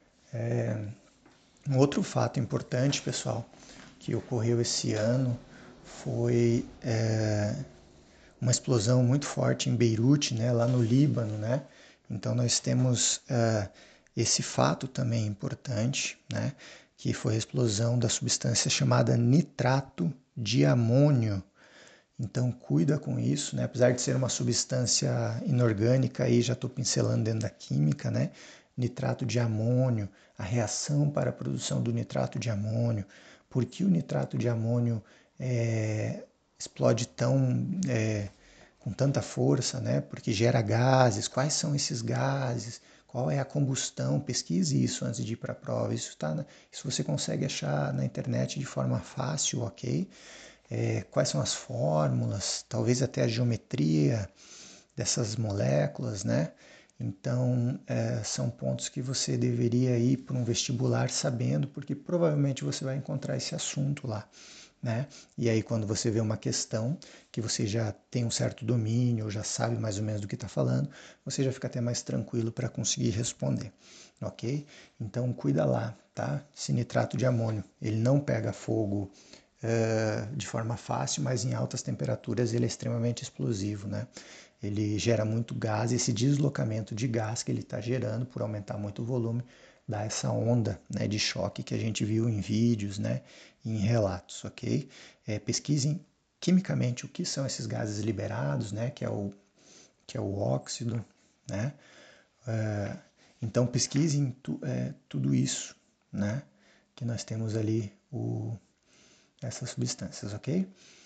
Um outro fato importante, pessoal, que ocorreu esse ano foi uma explosão muito forte em Beirute, né, lá no Líbano, né? Então nós temos esse fato também importante, né, que foi a explosão da substância chamada nitrato de amônio. Então cuida com isso, né? Apesar de ser uma substância inorgânica, aí já estou pincelando dentro da química, né? Nitrato de amônio, a reação para a produção do nitrato de amônio, por que o nitrato de amônio explode com tanta força, né? Porque gera gases, quais são esses gases, qual é a combustão, pesquise isso antes de ir para a prova, isso você consegue achar na internet de forma fácil, ok? Quais são as fórmulas, talvez até a geometria dessas moléculas, né? Então, são pontos que você deveria ir para um vestibular sabendo, porque provavelmente você vai encontrar esse assunto lá, né? E aí, quando você vê uma questão que você já tem um certo domínio, ou já sabe mais ou menos do que está falando, você já fica até mais tranquilo para conseguir responder, ok? Então, cuida lá, tá? Esse nitrato de amônio, ele não pega fogo de forma fácil, mas em altas temperaturas ele é extremamente explosivo, né? Ele gera muito gás, esse deslocamento de gás que ele está gerando por aumentar muito o volume, dá essa onda, né, de choque que a gente viu em vídeos, né, em relatos, ok? Pesquisem quimicamente o que são esses gases liberados, né, que é o óxido, né? Então pesquisem tudo isso, né, que nós temos ali essas substâncias, ok?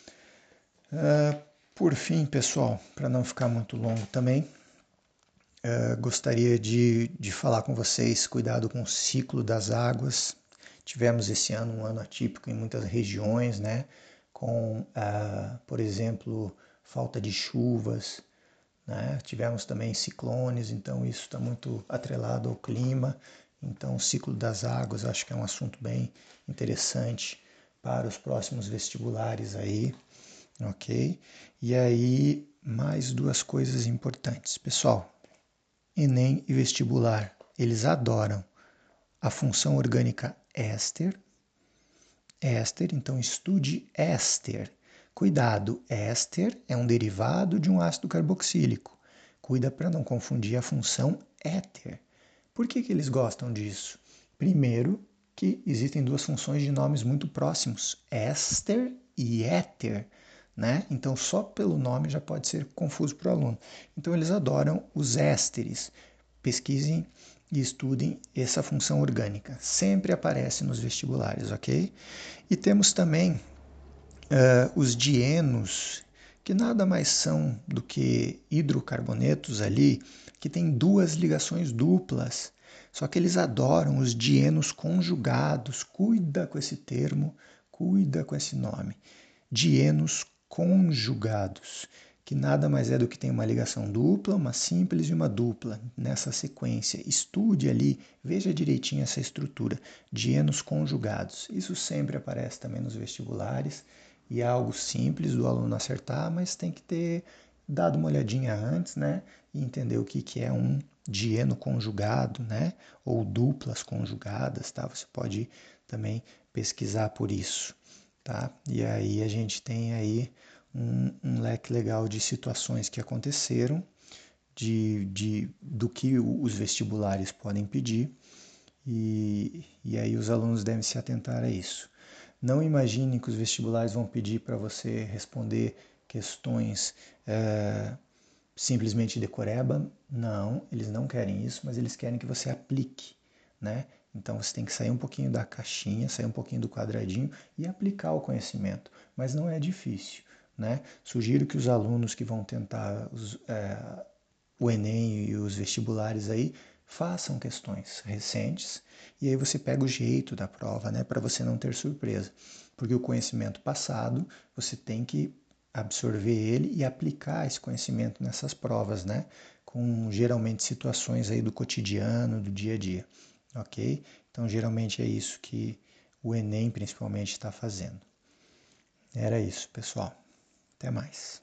Por fim, pessoal, para não ficar muito longo também, gostaria de falar com vocês, cuidado com o ciclo das águas. Tivemos esse ano um ano atípico em muitas regiões, né? Com, por exemplo, falta de chuvas, né? Tivemos também ciclones, então isso está muito atrelado ao clima. Então, o ciclo das águas, acho que é um assunto bem interessante para os próximos vestibulares aí, ok? E aí, mais duas coisas importantes. Pessoal, Enem e vestibular, eles adoram a função orgânica éster. Éster, então estude éster. Cuidado, éster é um derivado de um ácido carboxílico. Cuida para não confundir a função éter. Por que eles gostam disso? Primeiro, que existem duas funções de nomes muito próximos, éster e éter, né? Então, só pelo nome já pode ser confuso para o aluno. Então, eles adoram os ésteres. Pesquisem e estudem essa função orgânica. Sempre aparece nos vestibulares, ok? E temos também os dienos, que nada mais são do que hidrocarbonetos ali, que têm duas ligações duplas. Só que eles adoram os dienos conjugados. Cuida com esse termo, cuida com esse nome. Dienos conjugados, que nada mais é do que tem uma ligação dupla, uma simples e uma dupla nessa sequência. Estude ali, veja direitinho essa estrutura. Dienos conjugados. Isso sempre aparece também nos vestibulares e é algo simples do aluno acertar, mas tem que ter dado uma olhadinha antes, né? E entender o que é um dieno conjugado, né? Ou duplas conjugadas, tá? Você pode também pesquisar por isso, tá? E aí a gente tem aí um leque legal de situações que aconteceram, do que os vestibulares podem pedir, e aí os alunos devem se atentar a isso. Não imagine que os vestibulares vão pedir para você responder questões simplesmente decoreba. Não, eles não querem isso, mas eles querem que você aplique, né? Então você tem que sair um pouquinho da caixinha, sair um pouquinho do quadradinho e aplicar o conhecimento. Mas não é difícil, né? Sugiro que os alunos que vão tentar o Enem e os vestibulares aí façam questões recentes e aí você pega o jeito da prova, né, para você não ter surpresa. Porque o conhecimento passado, você tem que absorver ele e aplicar esse conhecimento nessas provas, né, com geralmente situações aí do cotidiano, do dia a dia, ok? Então, geralmente é isso que o Enem principalmente está fazendo. Era isso, pessoal. Até mais.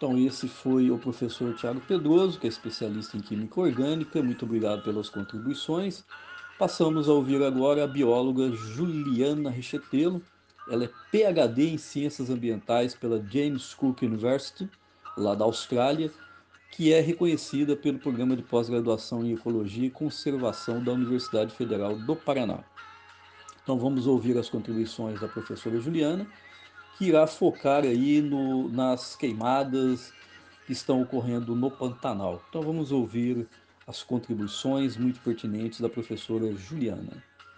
Então, esse foi o professor Tiago Pedroso, que é especialista em química orgânica. Muito obrigado pelas contribuições. Passamos a ouvir agora a bióloga Juliana Rechetelo. Ela é PhD em Ciências Ambientais pela James Cook University, lá da Austrália, que é reconhecida pelo Programa de Pós-Graduação em Ecologia e Conservação da Universidade Federal do Paraná. Então vamos ouvir as contribuições da professora Juliana, que irá focar aí nas queimadas que estão ocorrendo no Pantanal. Então vamos ouvir as contribuições muito pertinentes da professora Juliana.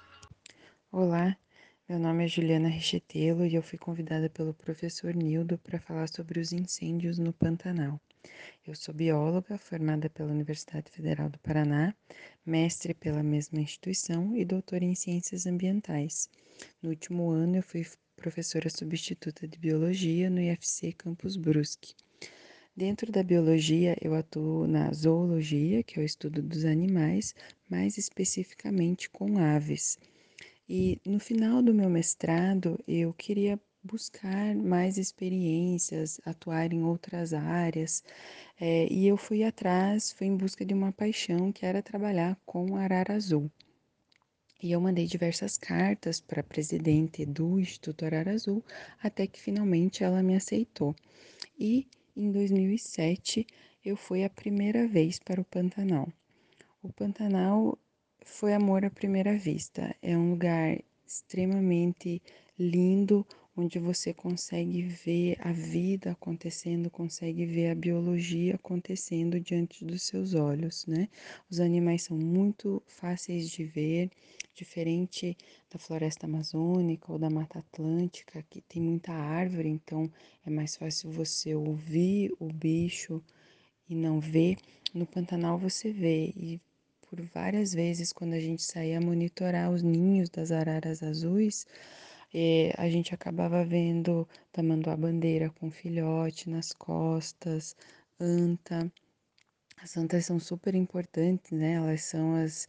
Olá, meu nome é Juliana Rechetelo e eu fui convidada pelo professor Nildo para falar sobre os incêndios no Pantanal. Eu sou bióloga, formada pela Universidade Federal do Paraná, mestre pela mesma instituição e doutora em Ciências Ambientais. No último ano, eu fui professora substituta de Biologia no IFC Campus Brusque. Dentro da biologia, eu atuo na zoologia, que é o estudo dos animais, mais especificamente com aves. E no final do meu mestrado, eu queria buscar mais experiências, atuar em outras áreas, e eu fui em busca de uma paixão que era trabalhar com arara azul. E eu mandei diversas cartas para a presidente do Instituto Arara Azul, até que finalmente ela me aceitou. E em 2007 eu fui a primeira vez para o Pantanal. O Pantanal foi amor à primeira vista. É um lugar extremamente lindo, onde você consegue ver a vida acontecendo, consegue ver a biologia acontecendo diante dos seus olhos, né? Os animais são muito fáceis de ver, diferente da floresta amazônica ou da Mata Atlântica, que tem muita árvore, então é mais fácil você ouvir o bicho e não ver. No Pantanal você vê, e por várias vezes, quando a gente saía a monitorar os ninhos das araras azuis, a gente acabava vendo tamanduá-bandeira com filhote nas costas, anta. As antas são super importantes, né? Elas são as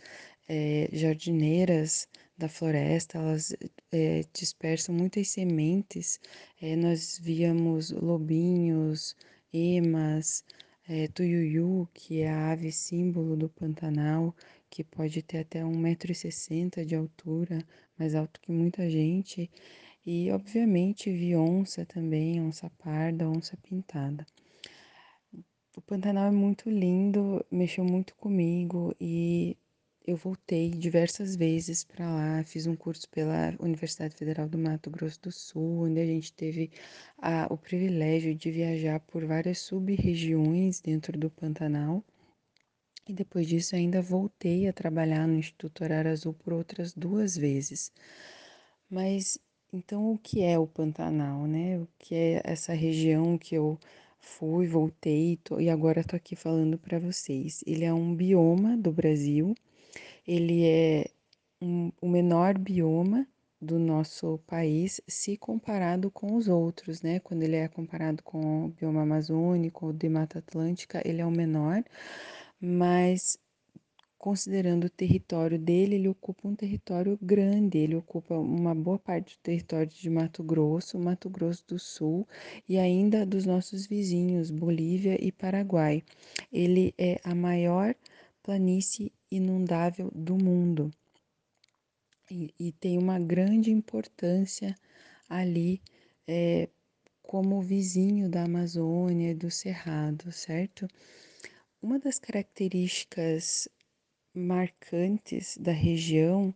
jardineiras da floresta, elas dispersam muitas sementes. Nós víamos lobinhos, emas, tuiuiu, que é a ave símbolo do Pantanal, que pode ter até 1,60 m de altura, mais alto que muita gente. E, obviamente, vi onça também, onça parda, onça pintada. O Pantanal é muito lindo, mexeu muito comigo e eu voltei diversas vezes para lá. Fiz um curso pela Universidade Federal do Mato Grosso do Sul, onde a gente teve o privilégio de viajar por várias sub-regiões dentro do Pantanal. E depois disso ainda voltei a trabalhar no Instituto Arara Azul por outras 2 vezes. Mas então o que é o Pantanal, né? O que é essa região que eu fui, voltei e agora estou aqui falando para vocês. Ele é um bioma do Brasil, ele é o menor bioma do nosso país se comparado com os outros, né? Quando ele é comparado com o bioma amazônico ou de Mata Atlântica, ele é o menor, mas considerando o território dele, ele ocupa um território grande, ele ocupa uma boa parte do território de Mato Grosso do Sul e ainda dos nossos vizinhos, Bolívia e Paraguai. Ele é a maior planície inundável do mundo e tem uma grande importância ali como vizinho da Amazônia e do Cerrado, certo? Uma das características marcantes da região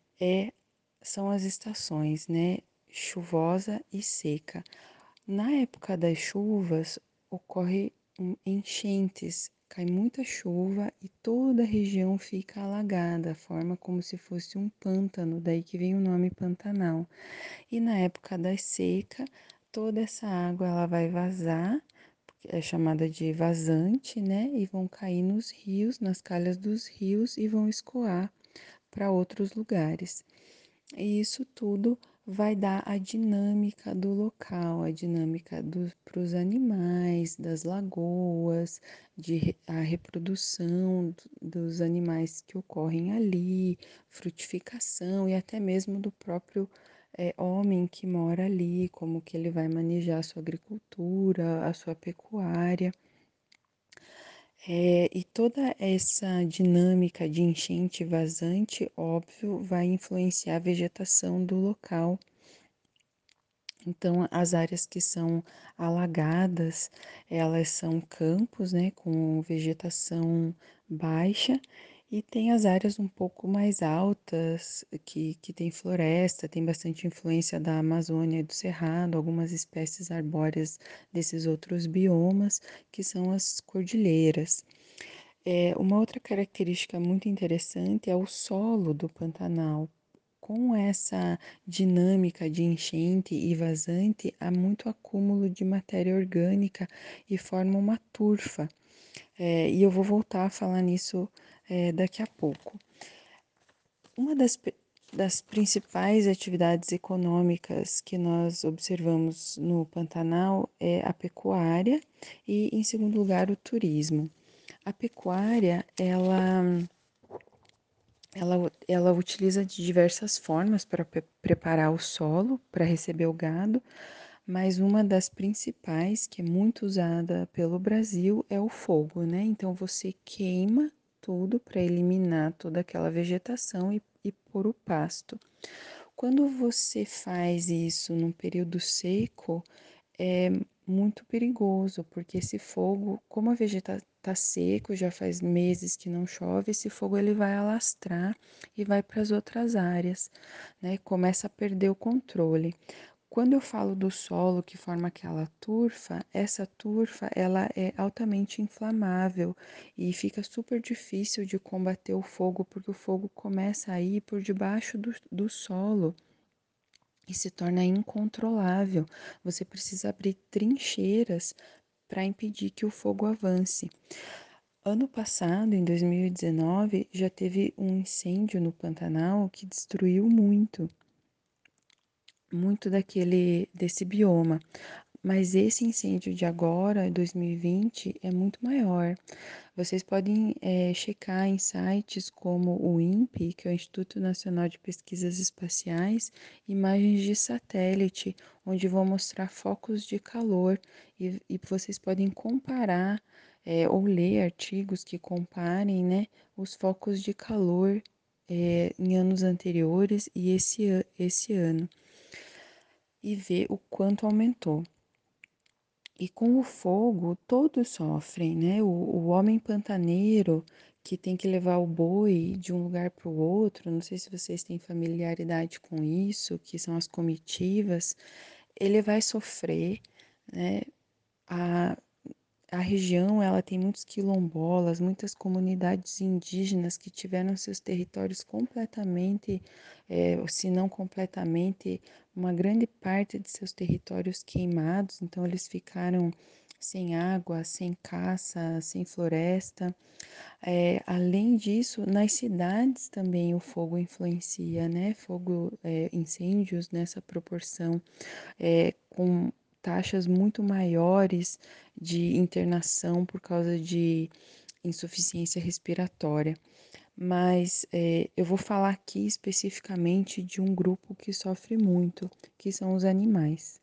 são as estações, né? Chuvosa e seca. Na época das chuvas, ocorre enchentes, cai muita chuva e toda a região fica alagada, forma como se fosse um pântano, daí que vem o nome Pantanal. E na época da seca, toda essa água ela vai vazar, é chamada de vazante, né? E vão cair nos rios, nas calhas dos rios e vão escoar para outros lugares. E isso tudo vai dar a dinâmica do local, a dinâmica para os animais, das lagoas, a reprodução dos animais que ocorrem ali, frutificação e até mesmo do próprio homem que mora ali, como que ele vai manejar a sua agricultura, a sua pecuária. E toda essa dinâmica de enchente e vazante, óbvio, vai influenciar a vegetação do local. Então, as áreas que são alagadas, elas são campos, né, com vegetação baixa, e tem as áreas um pouco mais altas, que tem floresta, tem bastante influência da Amazônia e do Cerrado, algumas espécies arbóreas desses outros biomas, que são as cordilheiras. Uma outra característica muito interessante é o solo do Pantanal. Com essa dinâmica de enchente e vazante, há muito acúmulo de matéria orgânica e forma uma turfa. E eu vou voltar a falar nisso daqui a pouco. Uma das principais atividades econômicas que nós observamos no Pantanal é a pecuária e, em segundo lugar, o turismo. A pecuária, ela utiliza de diversas formas para preparar o solo para receber o gado, mas uma das principais, que é muito usada pelo Brasil, é o fogo, né? Então você queima tudo para eliminar toda aquela vegetação e pôr o pasto. Quando você faz isso num período seco, é muito perigoso, porque esse fogo, como a vegetação está seco, já faz meses que não chove, esse fogo ele vai alastrar e vai para as outras áreas, né? Começa a perder o controle. Quando eu falo do solo que forma aquela turfa, essa turfa ela é altamente inflamável e fica super difícil de combater o fogo, porque o fogo começa a ir por debaixo do solo e se torna incontrolável. Você precisa abrir trincheiras para impedir que o fogo avance. Ano passado, em 2019, já teve um incêndio no Pantanal que destruiu muito desse bioma. Mas esse incêndio de agora, 2020, é muito maior. Vocês podem checar em sites como o INPE, que é o Instituto Nacional de Pesquisas Espaciais, imagens de satélite, onde vão mostrar focos de calor e vocês podem comparar ou ler artigos que comparem, né, os focos de calor em anos anteriores e esse ano e ver o quanto aumentou. E com o fogo, todos sofrem, né? O homem pantaneiro que tem que levar o boi de um lugar para o outro, não sei se vocês têm familiaridade com isso, que são as comitivas, ele vai sofrer, né? A, a região, ela tem muitos quilombolas, muitas comunidades indígenas que tiveram seus territórios completamente, se não completamente, uma grande parte de seus territórios queimados, então eles ficaram sem água, sem caça, sem floresta. Além disso, nas cidades também o fogo influencia, né? Fogo, incêndios nessa proporção com taxas muito maiores de internação por causa de insuficiência respiratória. Mas eu vou falar aqui especificamente de um grupo que sofre muito, que são os animais.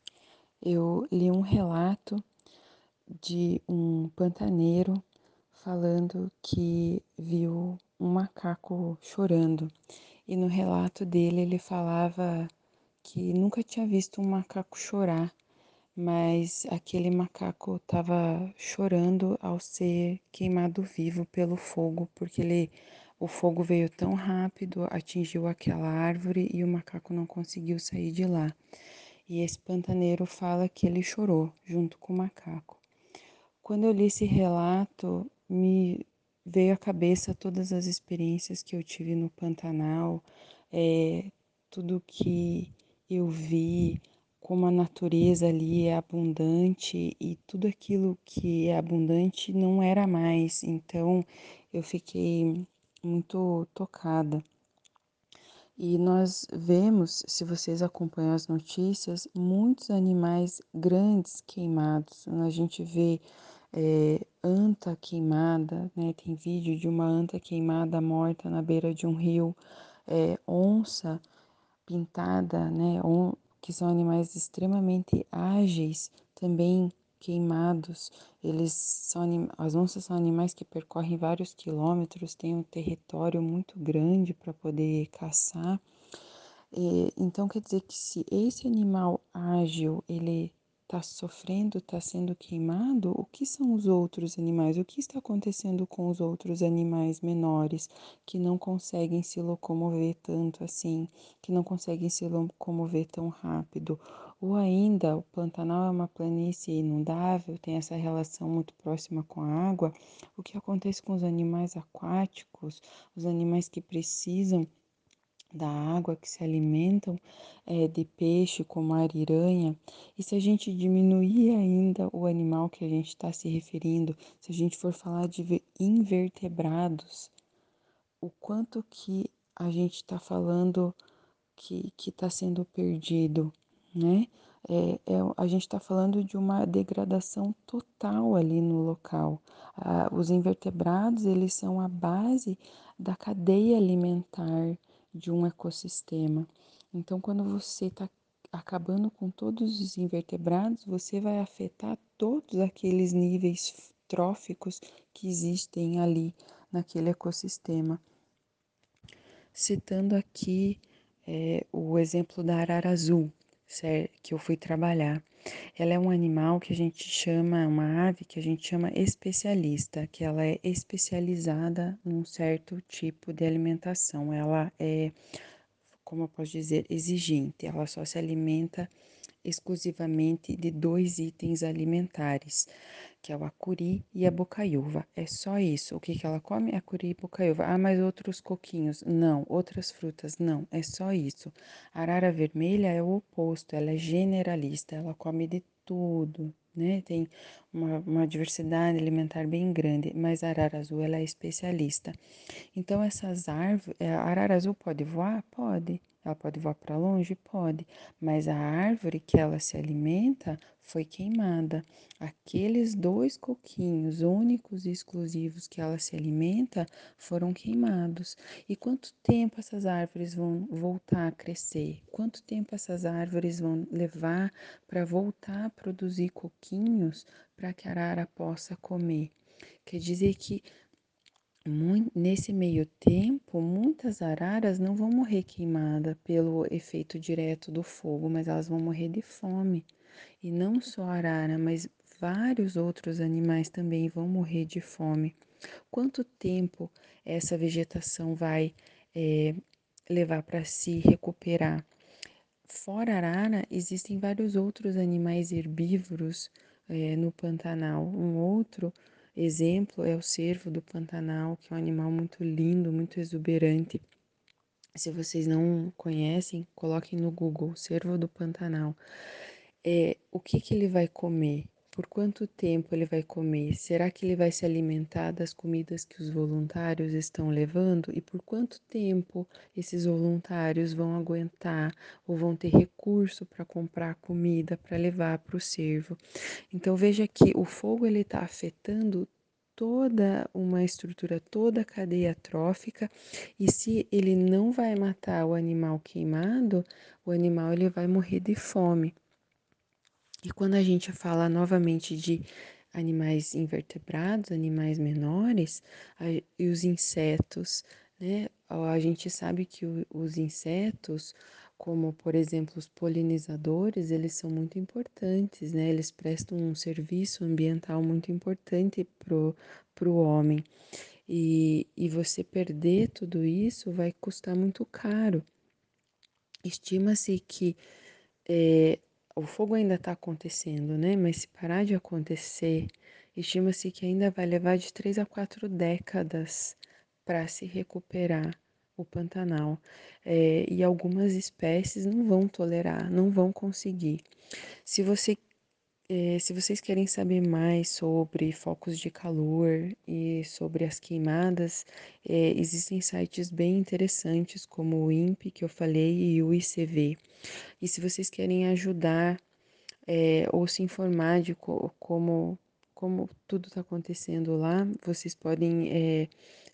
Eu li um relato de um pantaneiro falando que viu um macaco chorando. E no relato dele ele falava que nunca tinha visto um macaco chorar, mas aquele macaco estava chorando ao ser queimado vivo pelo fogo, porque o fogo veio tão rápido, atingiu aquela árvore e o macaco não conseguiu sair de lá. E esse pantaneiro fala que ele chorou junto com o macaco. Quando eu li esse relato, me veio à cabeça todas as experiências que eu tive no Pantanal, tudo que eu vi, como a natureza ali é abundante e tudo aquilo que é abundante não era mais. Então eu fiquei muito tocada. E nós vemos, se vocês acompanham as notícias, muitos animais grandes queimados. A gente vê anta queimada, né? Tem vídeo de uma anta queimada morta na beira de um rio, onça pintada, né, que são animais extremamente ágeis, também queimados. As onças são animais que percorrem vários quilômetros, têm um território muito grande para poder caçar. Então quer dizer que se esse animal ágil ele está sofrendo, está sendo queimado, o que são os outros animais? O que está acontecendo com os outros animais menores que não conseguem se locomover tanto assim, que não conseguem se locomover tão rápido? Ou ainda, o Pantanal é uma planície inundável, tem essa relação muito próxima com a água. O que acontece com os animais aquáticos, os animais que precisam da água, que se alimentam de peixe, como a ariranha, e se a gente diminuir ainda o animal que a gente está se referindo, se a gente for falar de invertebrados, o quanto que a gente está falando que está sendo perdido, né? A gente está falando de uma degradação total ali no local. Os invertebrados, eles são a base da cadeia alimentar de um ecossistema. Então, quando você está acabando com todos os invertebrados, você vai afetar todos aqueles níveis tróficos que existem ali naquele ecossistema. Citando aqui o exemplo da arara azul, que eu fui trabalhar. Ela é um animal que a gente chama, uma ave que a gente chama especialista, que ela é especializada num certo tipo de alimentação. Ela é, como eu posso dizer, exigente. Ela só se alimenta exclusivamente de 2 itens alimentares, que é o acuri e a bocaiúva. É só isso. O que que ela come? Acuri e bocaiúva. Ah, mas outros coquinhos? Não. Outras frutas? Não. É só isso. A arara vermelha é o oposto. Ela é generalista. Ela come de tudo, né? Tem uma diversidade alimentar bem grande. Mas a arara azul, ela é especialista. Então, essas árvores, a arara azul pode voar? Pode. Ela pode voar para longe? Pode. Mas a árvore que ela se alimenta foi queimada. Aqueles 2 coquinhos únicos e exclusivos que ela se alimenta foram queimados. E quanto tempo essas árvores vão voltar a crescer? Quanto tempo essas árvores vão levar para voltar a produzir coquinhos para que a arara possa comer? Quer dizer que nesse meio tempo, muitas araras não vão morrer queimadas pelo efeito direto do fogo, mas elas vão morrer de fome. E não só a arara, mas vários outros animais também vão morrer de fome. Quanto tempo essa vegetação vai eh, levar para se recuperar? Fora a arara, existem vários outros animais herbívoros no Pantanal. Um outro exemplo é o cervo do Pantanal, que é um animal muito lindo, muito exuberante. Se vocês não conhecem, coloquem no Google, cervo do Pantanal. O que que ele vai comer? Por quanto tempo ele vai comer? Será que ele vai se alimentar das comidas que os voluntários estão levando? E por quanto tempo esses voluntários vão aguentar ou vão ter recurso para comprar comida para levar para o cervo? Então veja que o fogo ele está afetando toda uma estrutura, toda a cadeia trófica, e se ele não vai matar o animal queimado, o animal ele vai morrer de fome. E quando a gente fala novamente de animais invertebrados, animais menores, e os insetos, né? A gente sabe que os insetos, como por exemplo os polinizadores, eles são muito importantes, né? Eles prestam um serviço ambiental muito importante pro homem. E você perder tudo isso vai custar muito caro. Estima-se que é, o fogo ainda está acontecendo, né? Mas se parar de acontecer, estima-se que ainda vai levar de 3 a 4 décadas para se recuperar o Pantanal. E algumas espécies não vão tolerar, não vão conseguir. Se você se vocês querem saber mais sobre focos de calor e sobre as queimadas, existem sites bem interessantes como o INPE, que eu falei, e o ICV. E se vocês querem ajudar ou se informar de como tudo está acontecendo lá, vocês podem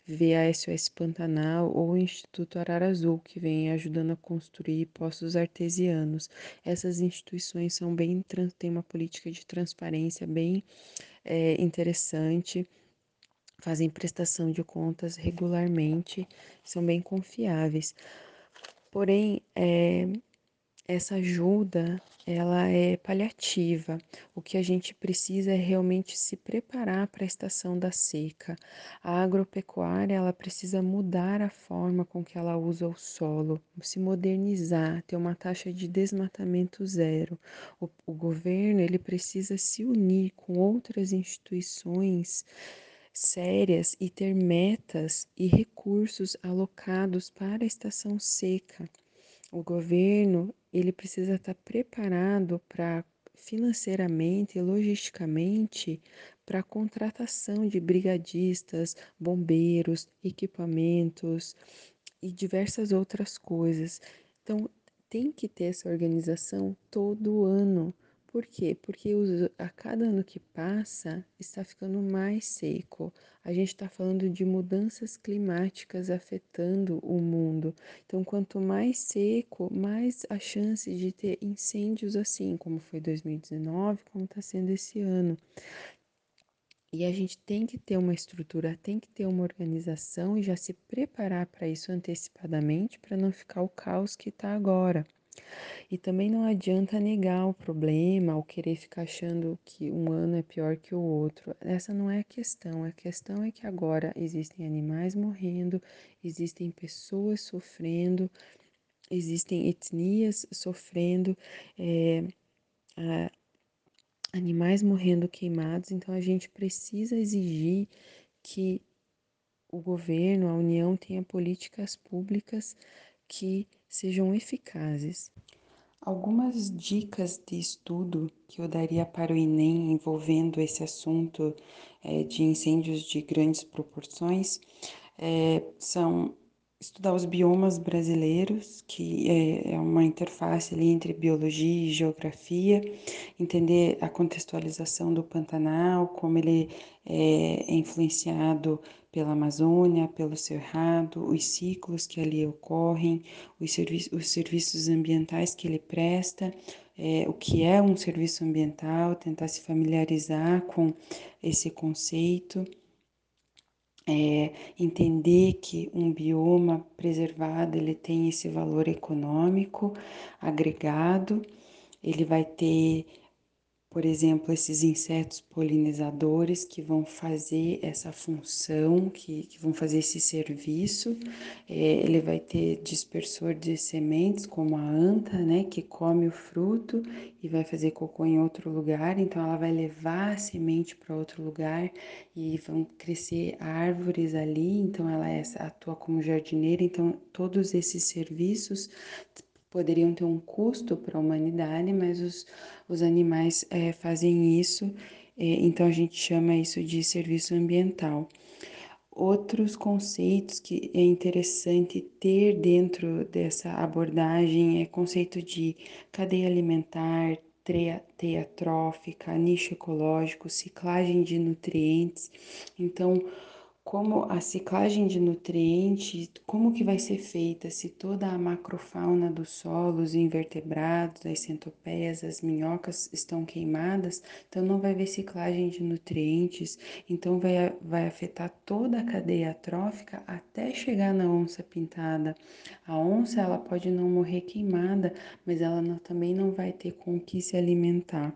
ver a SOS Pantanal ou o Instituto Arara Azul, que vem ajudando a construir poços artesianos. Essas instituições são têm uma política de transparência bem interessante, fazem prestação de contas regularmente, são bem confiáveis. Porém, essa ajuda, ela é paliativa. O que a gente precisa é realmente se preparar para a estação da seca. A agropecuária, ela precisa mudar a forma com que ela usa o solo, se modernizar, ter uma taxa de desmatamento zero. O governo, ele precisa se unir com outras instituições sérias e ter metas e recursos alocados para a estação seca. O governo, ele precisa estar preparado para financeiramente e logisticamente para a contratação de brigadistas, bombeiros, equipamentos e diversas outras coisas. Então, tem que ter essa organização todo ano. Por quê? Porque a cada ano que passa está ficando mais seco. A gente está falando de mudanças climáticas afetando o mundo. Então, quanto mais seco, mais a chance de ter incêndios assim, como foi 2019, como está sendo esse ano. E a gente tem que ter uma estrutura, tem que ter uma organização e já se preparar para isso antecipadamente, para não ficar o caos que está agora. E também não adianta negar o problema ou querer ficar achando que um ano é pior que o outro. Essa não é a questão. A questão é que agora existem animais morrendo, existem pessoas sofrendo, existem etnias sofrendo, é, animais morrendo queimados. Então a gente precisa exigir que o governo, a União tenha políticas públicas que sejam eficazes. Algumas dicas de estudo que eu daria para o Enem envolvendo esse assunto de incêndios de grandes proporções são estudar os biomas brasileiros, que é uma interface ali entre biologia e geografia, entender a contextualização do Pantanal, como ele é influenciado pela Amazônia, pelo Cerrado, os ciclos que ali ocorrem, os serviços ambientais que ele presta, o que é um serviço ambiental, tentar se familiarizar com esse conceito. Entender que um bioma preservado ele tem esse valor econômico agregado, ele vai ter, por exemplo, esses insetos polinizadores que vão fazer essa função, que vão fazer esse serviço. Ele vai ter dispersor de sementes, como a anta, né, que come o fruto e vai fazer cocô em outro lugar. Então, ela vai levar a semente para outro lugar e vão crescer árvores ali. Então, ela atua como jardineira. Então, todos esses serviços poderiam ter um custo para a humanidade, mas os animais fazem isso, então a gente chama isso de serviço ambiental. Outros conceitos que é interessante ter dentro dessa abordagem é conceito de cadeia alimentar, teia trófica, nicho ecológico, ciclagem de nutrientes. Então, como a ciclagem de nutrientes, como que vai ser feita se toda a macrofauna dos solos, os invertebrados, as centopeias, as minhocas estão queimadas, então não vai haver ciclagem de nutrientes, então vai afetar toda a cadeia trófica até chegar na onça pintada. A onça, ela pode não morrer queimada, mas ela também não vai ter com o que se alimentar.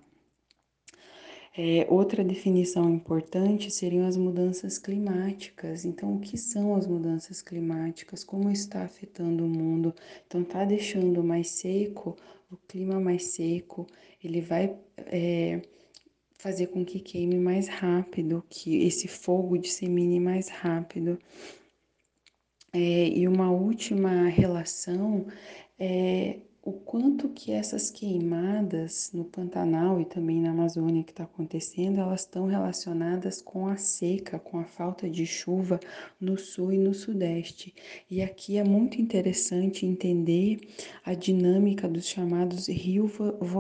Outra definição importante seriam as mudanças climáticas. Então, o que são as mudanças climáticas? Como está afetando o mundo? Então, está deixando mais seco, o clima mais seco, ele vai fazer com que queime mais rápido, que esse fogo dissemine mais rápido. E uma última relação é o quanto que essas queimadas no Pantanal e também na Amazônia que está acontecendo, elas estão relacionadas com a seca, com a falta de chuva no sul e no sudeste. E aqui é muito interessante entender a dinâmica dos chamados rios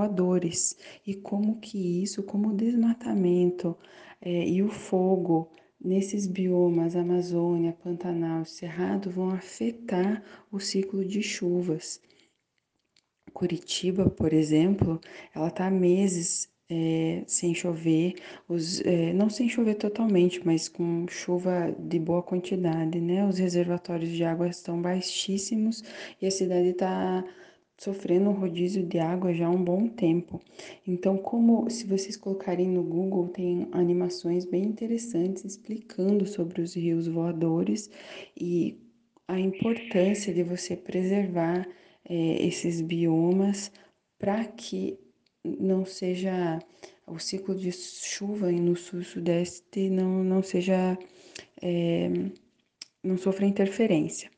voadores e como que isso, como o desmatamento e o fogo nesses biomas, Amazônia, Pantanal, Cerrado, vão afetar o ciclo de chuvas. Curitiba, por exemplo, ela está há meses sem chover, não sem chover totalmente, mas com chuva de boa quantidade, né? Os reservatórios de água estão baixíssimos e a cidade está sofrendo um rodízio de água já há um bom tempo. Então, como se vocês colocarem no Google, tem animações bem interessantes explicando sobre os rios voadores e a importância de você preservar esses biomas para que não seja o ciclo de chuva no sul e sudeste não seja não sofra interferência.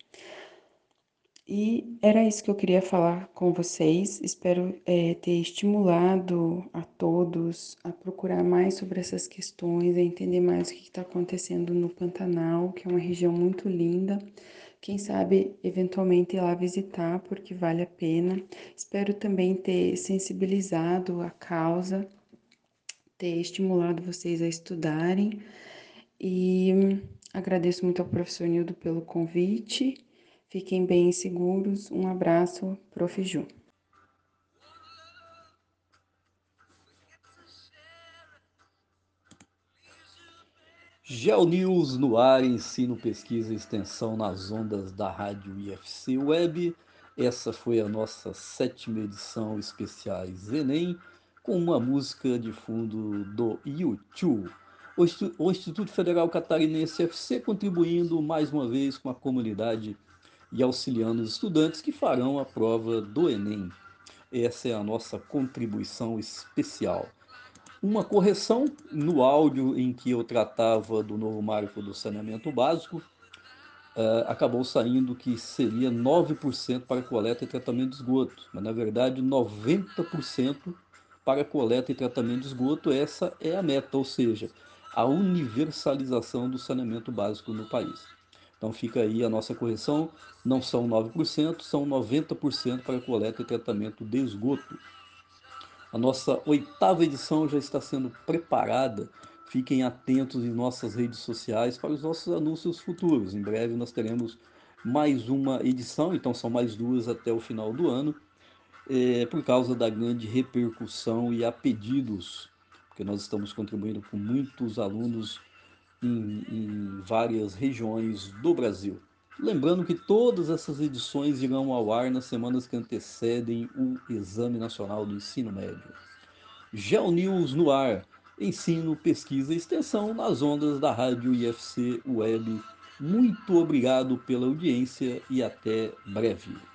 E era isso que eu queria falar com vocês. Espero ter estimulado a todos a procurar mais sobre essas questões, a entender mais o que está acontecendo no Pantanal, que é uma região muito linda. Quem sabe, eventualmente, ir lá visitar, porque vale a pena. Espero também ter sensibilizado a causa, ter estimulado vocês a estudarem. E agradeço muito ao professor Nildo pelo convite. Fiquem bem seguros. Um abraço, Prof. Ju. GeoNews no ar, ensino, pesquisa e extensão nas ondas da rádio IFC Web. Essa foi a nossa 7ª edição especiais Enem, com uma música de fundo do YouTube. O Instituto Federal Catarinense FC contribuindo mais uma vez com a comunidade e auxiliando os estudantes que farão a prova do Enem. Essa é a nossa contribuição especial. Uma correção no áudio em que eu tratava do novo marco do saneamento básico, acabou saindo que seria 9% para coleta e tratamento de esgoto, mas na verdade 90% para coleta e tratamento de esgoto, essa é a meta, ou seja, a universalização do saneamento básico no país. Então fica aí a nossa correção, não são 9%, são 90% para coleta e tratamento de esgoto. A nossa 8ª edição já está sendo preparada. Fiquem atentos em nossas redes sociais para os nossos anúncios futuros. Em breve nós teremos mais uma edição, então são mais 2 até o final do ano, por causa da grande repercussão e a pedidos, porque nós estamos contribuindo com muitos alunos em várias regiões do Brasil. Lembrando que todas essas edições irão ao ar nas semanas que antecedem o Exame Nacional do Ensino Médio. GeoNews no ar, ensino, pesquisa e extensão nas ondas da rádio IFC Web. Muito obrigado pela audiência e até breve.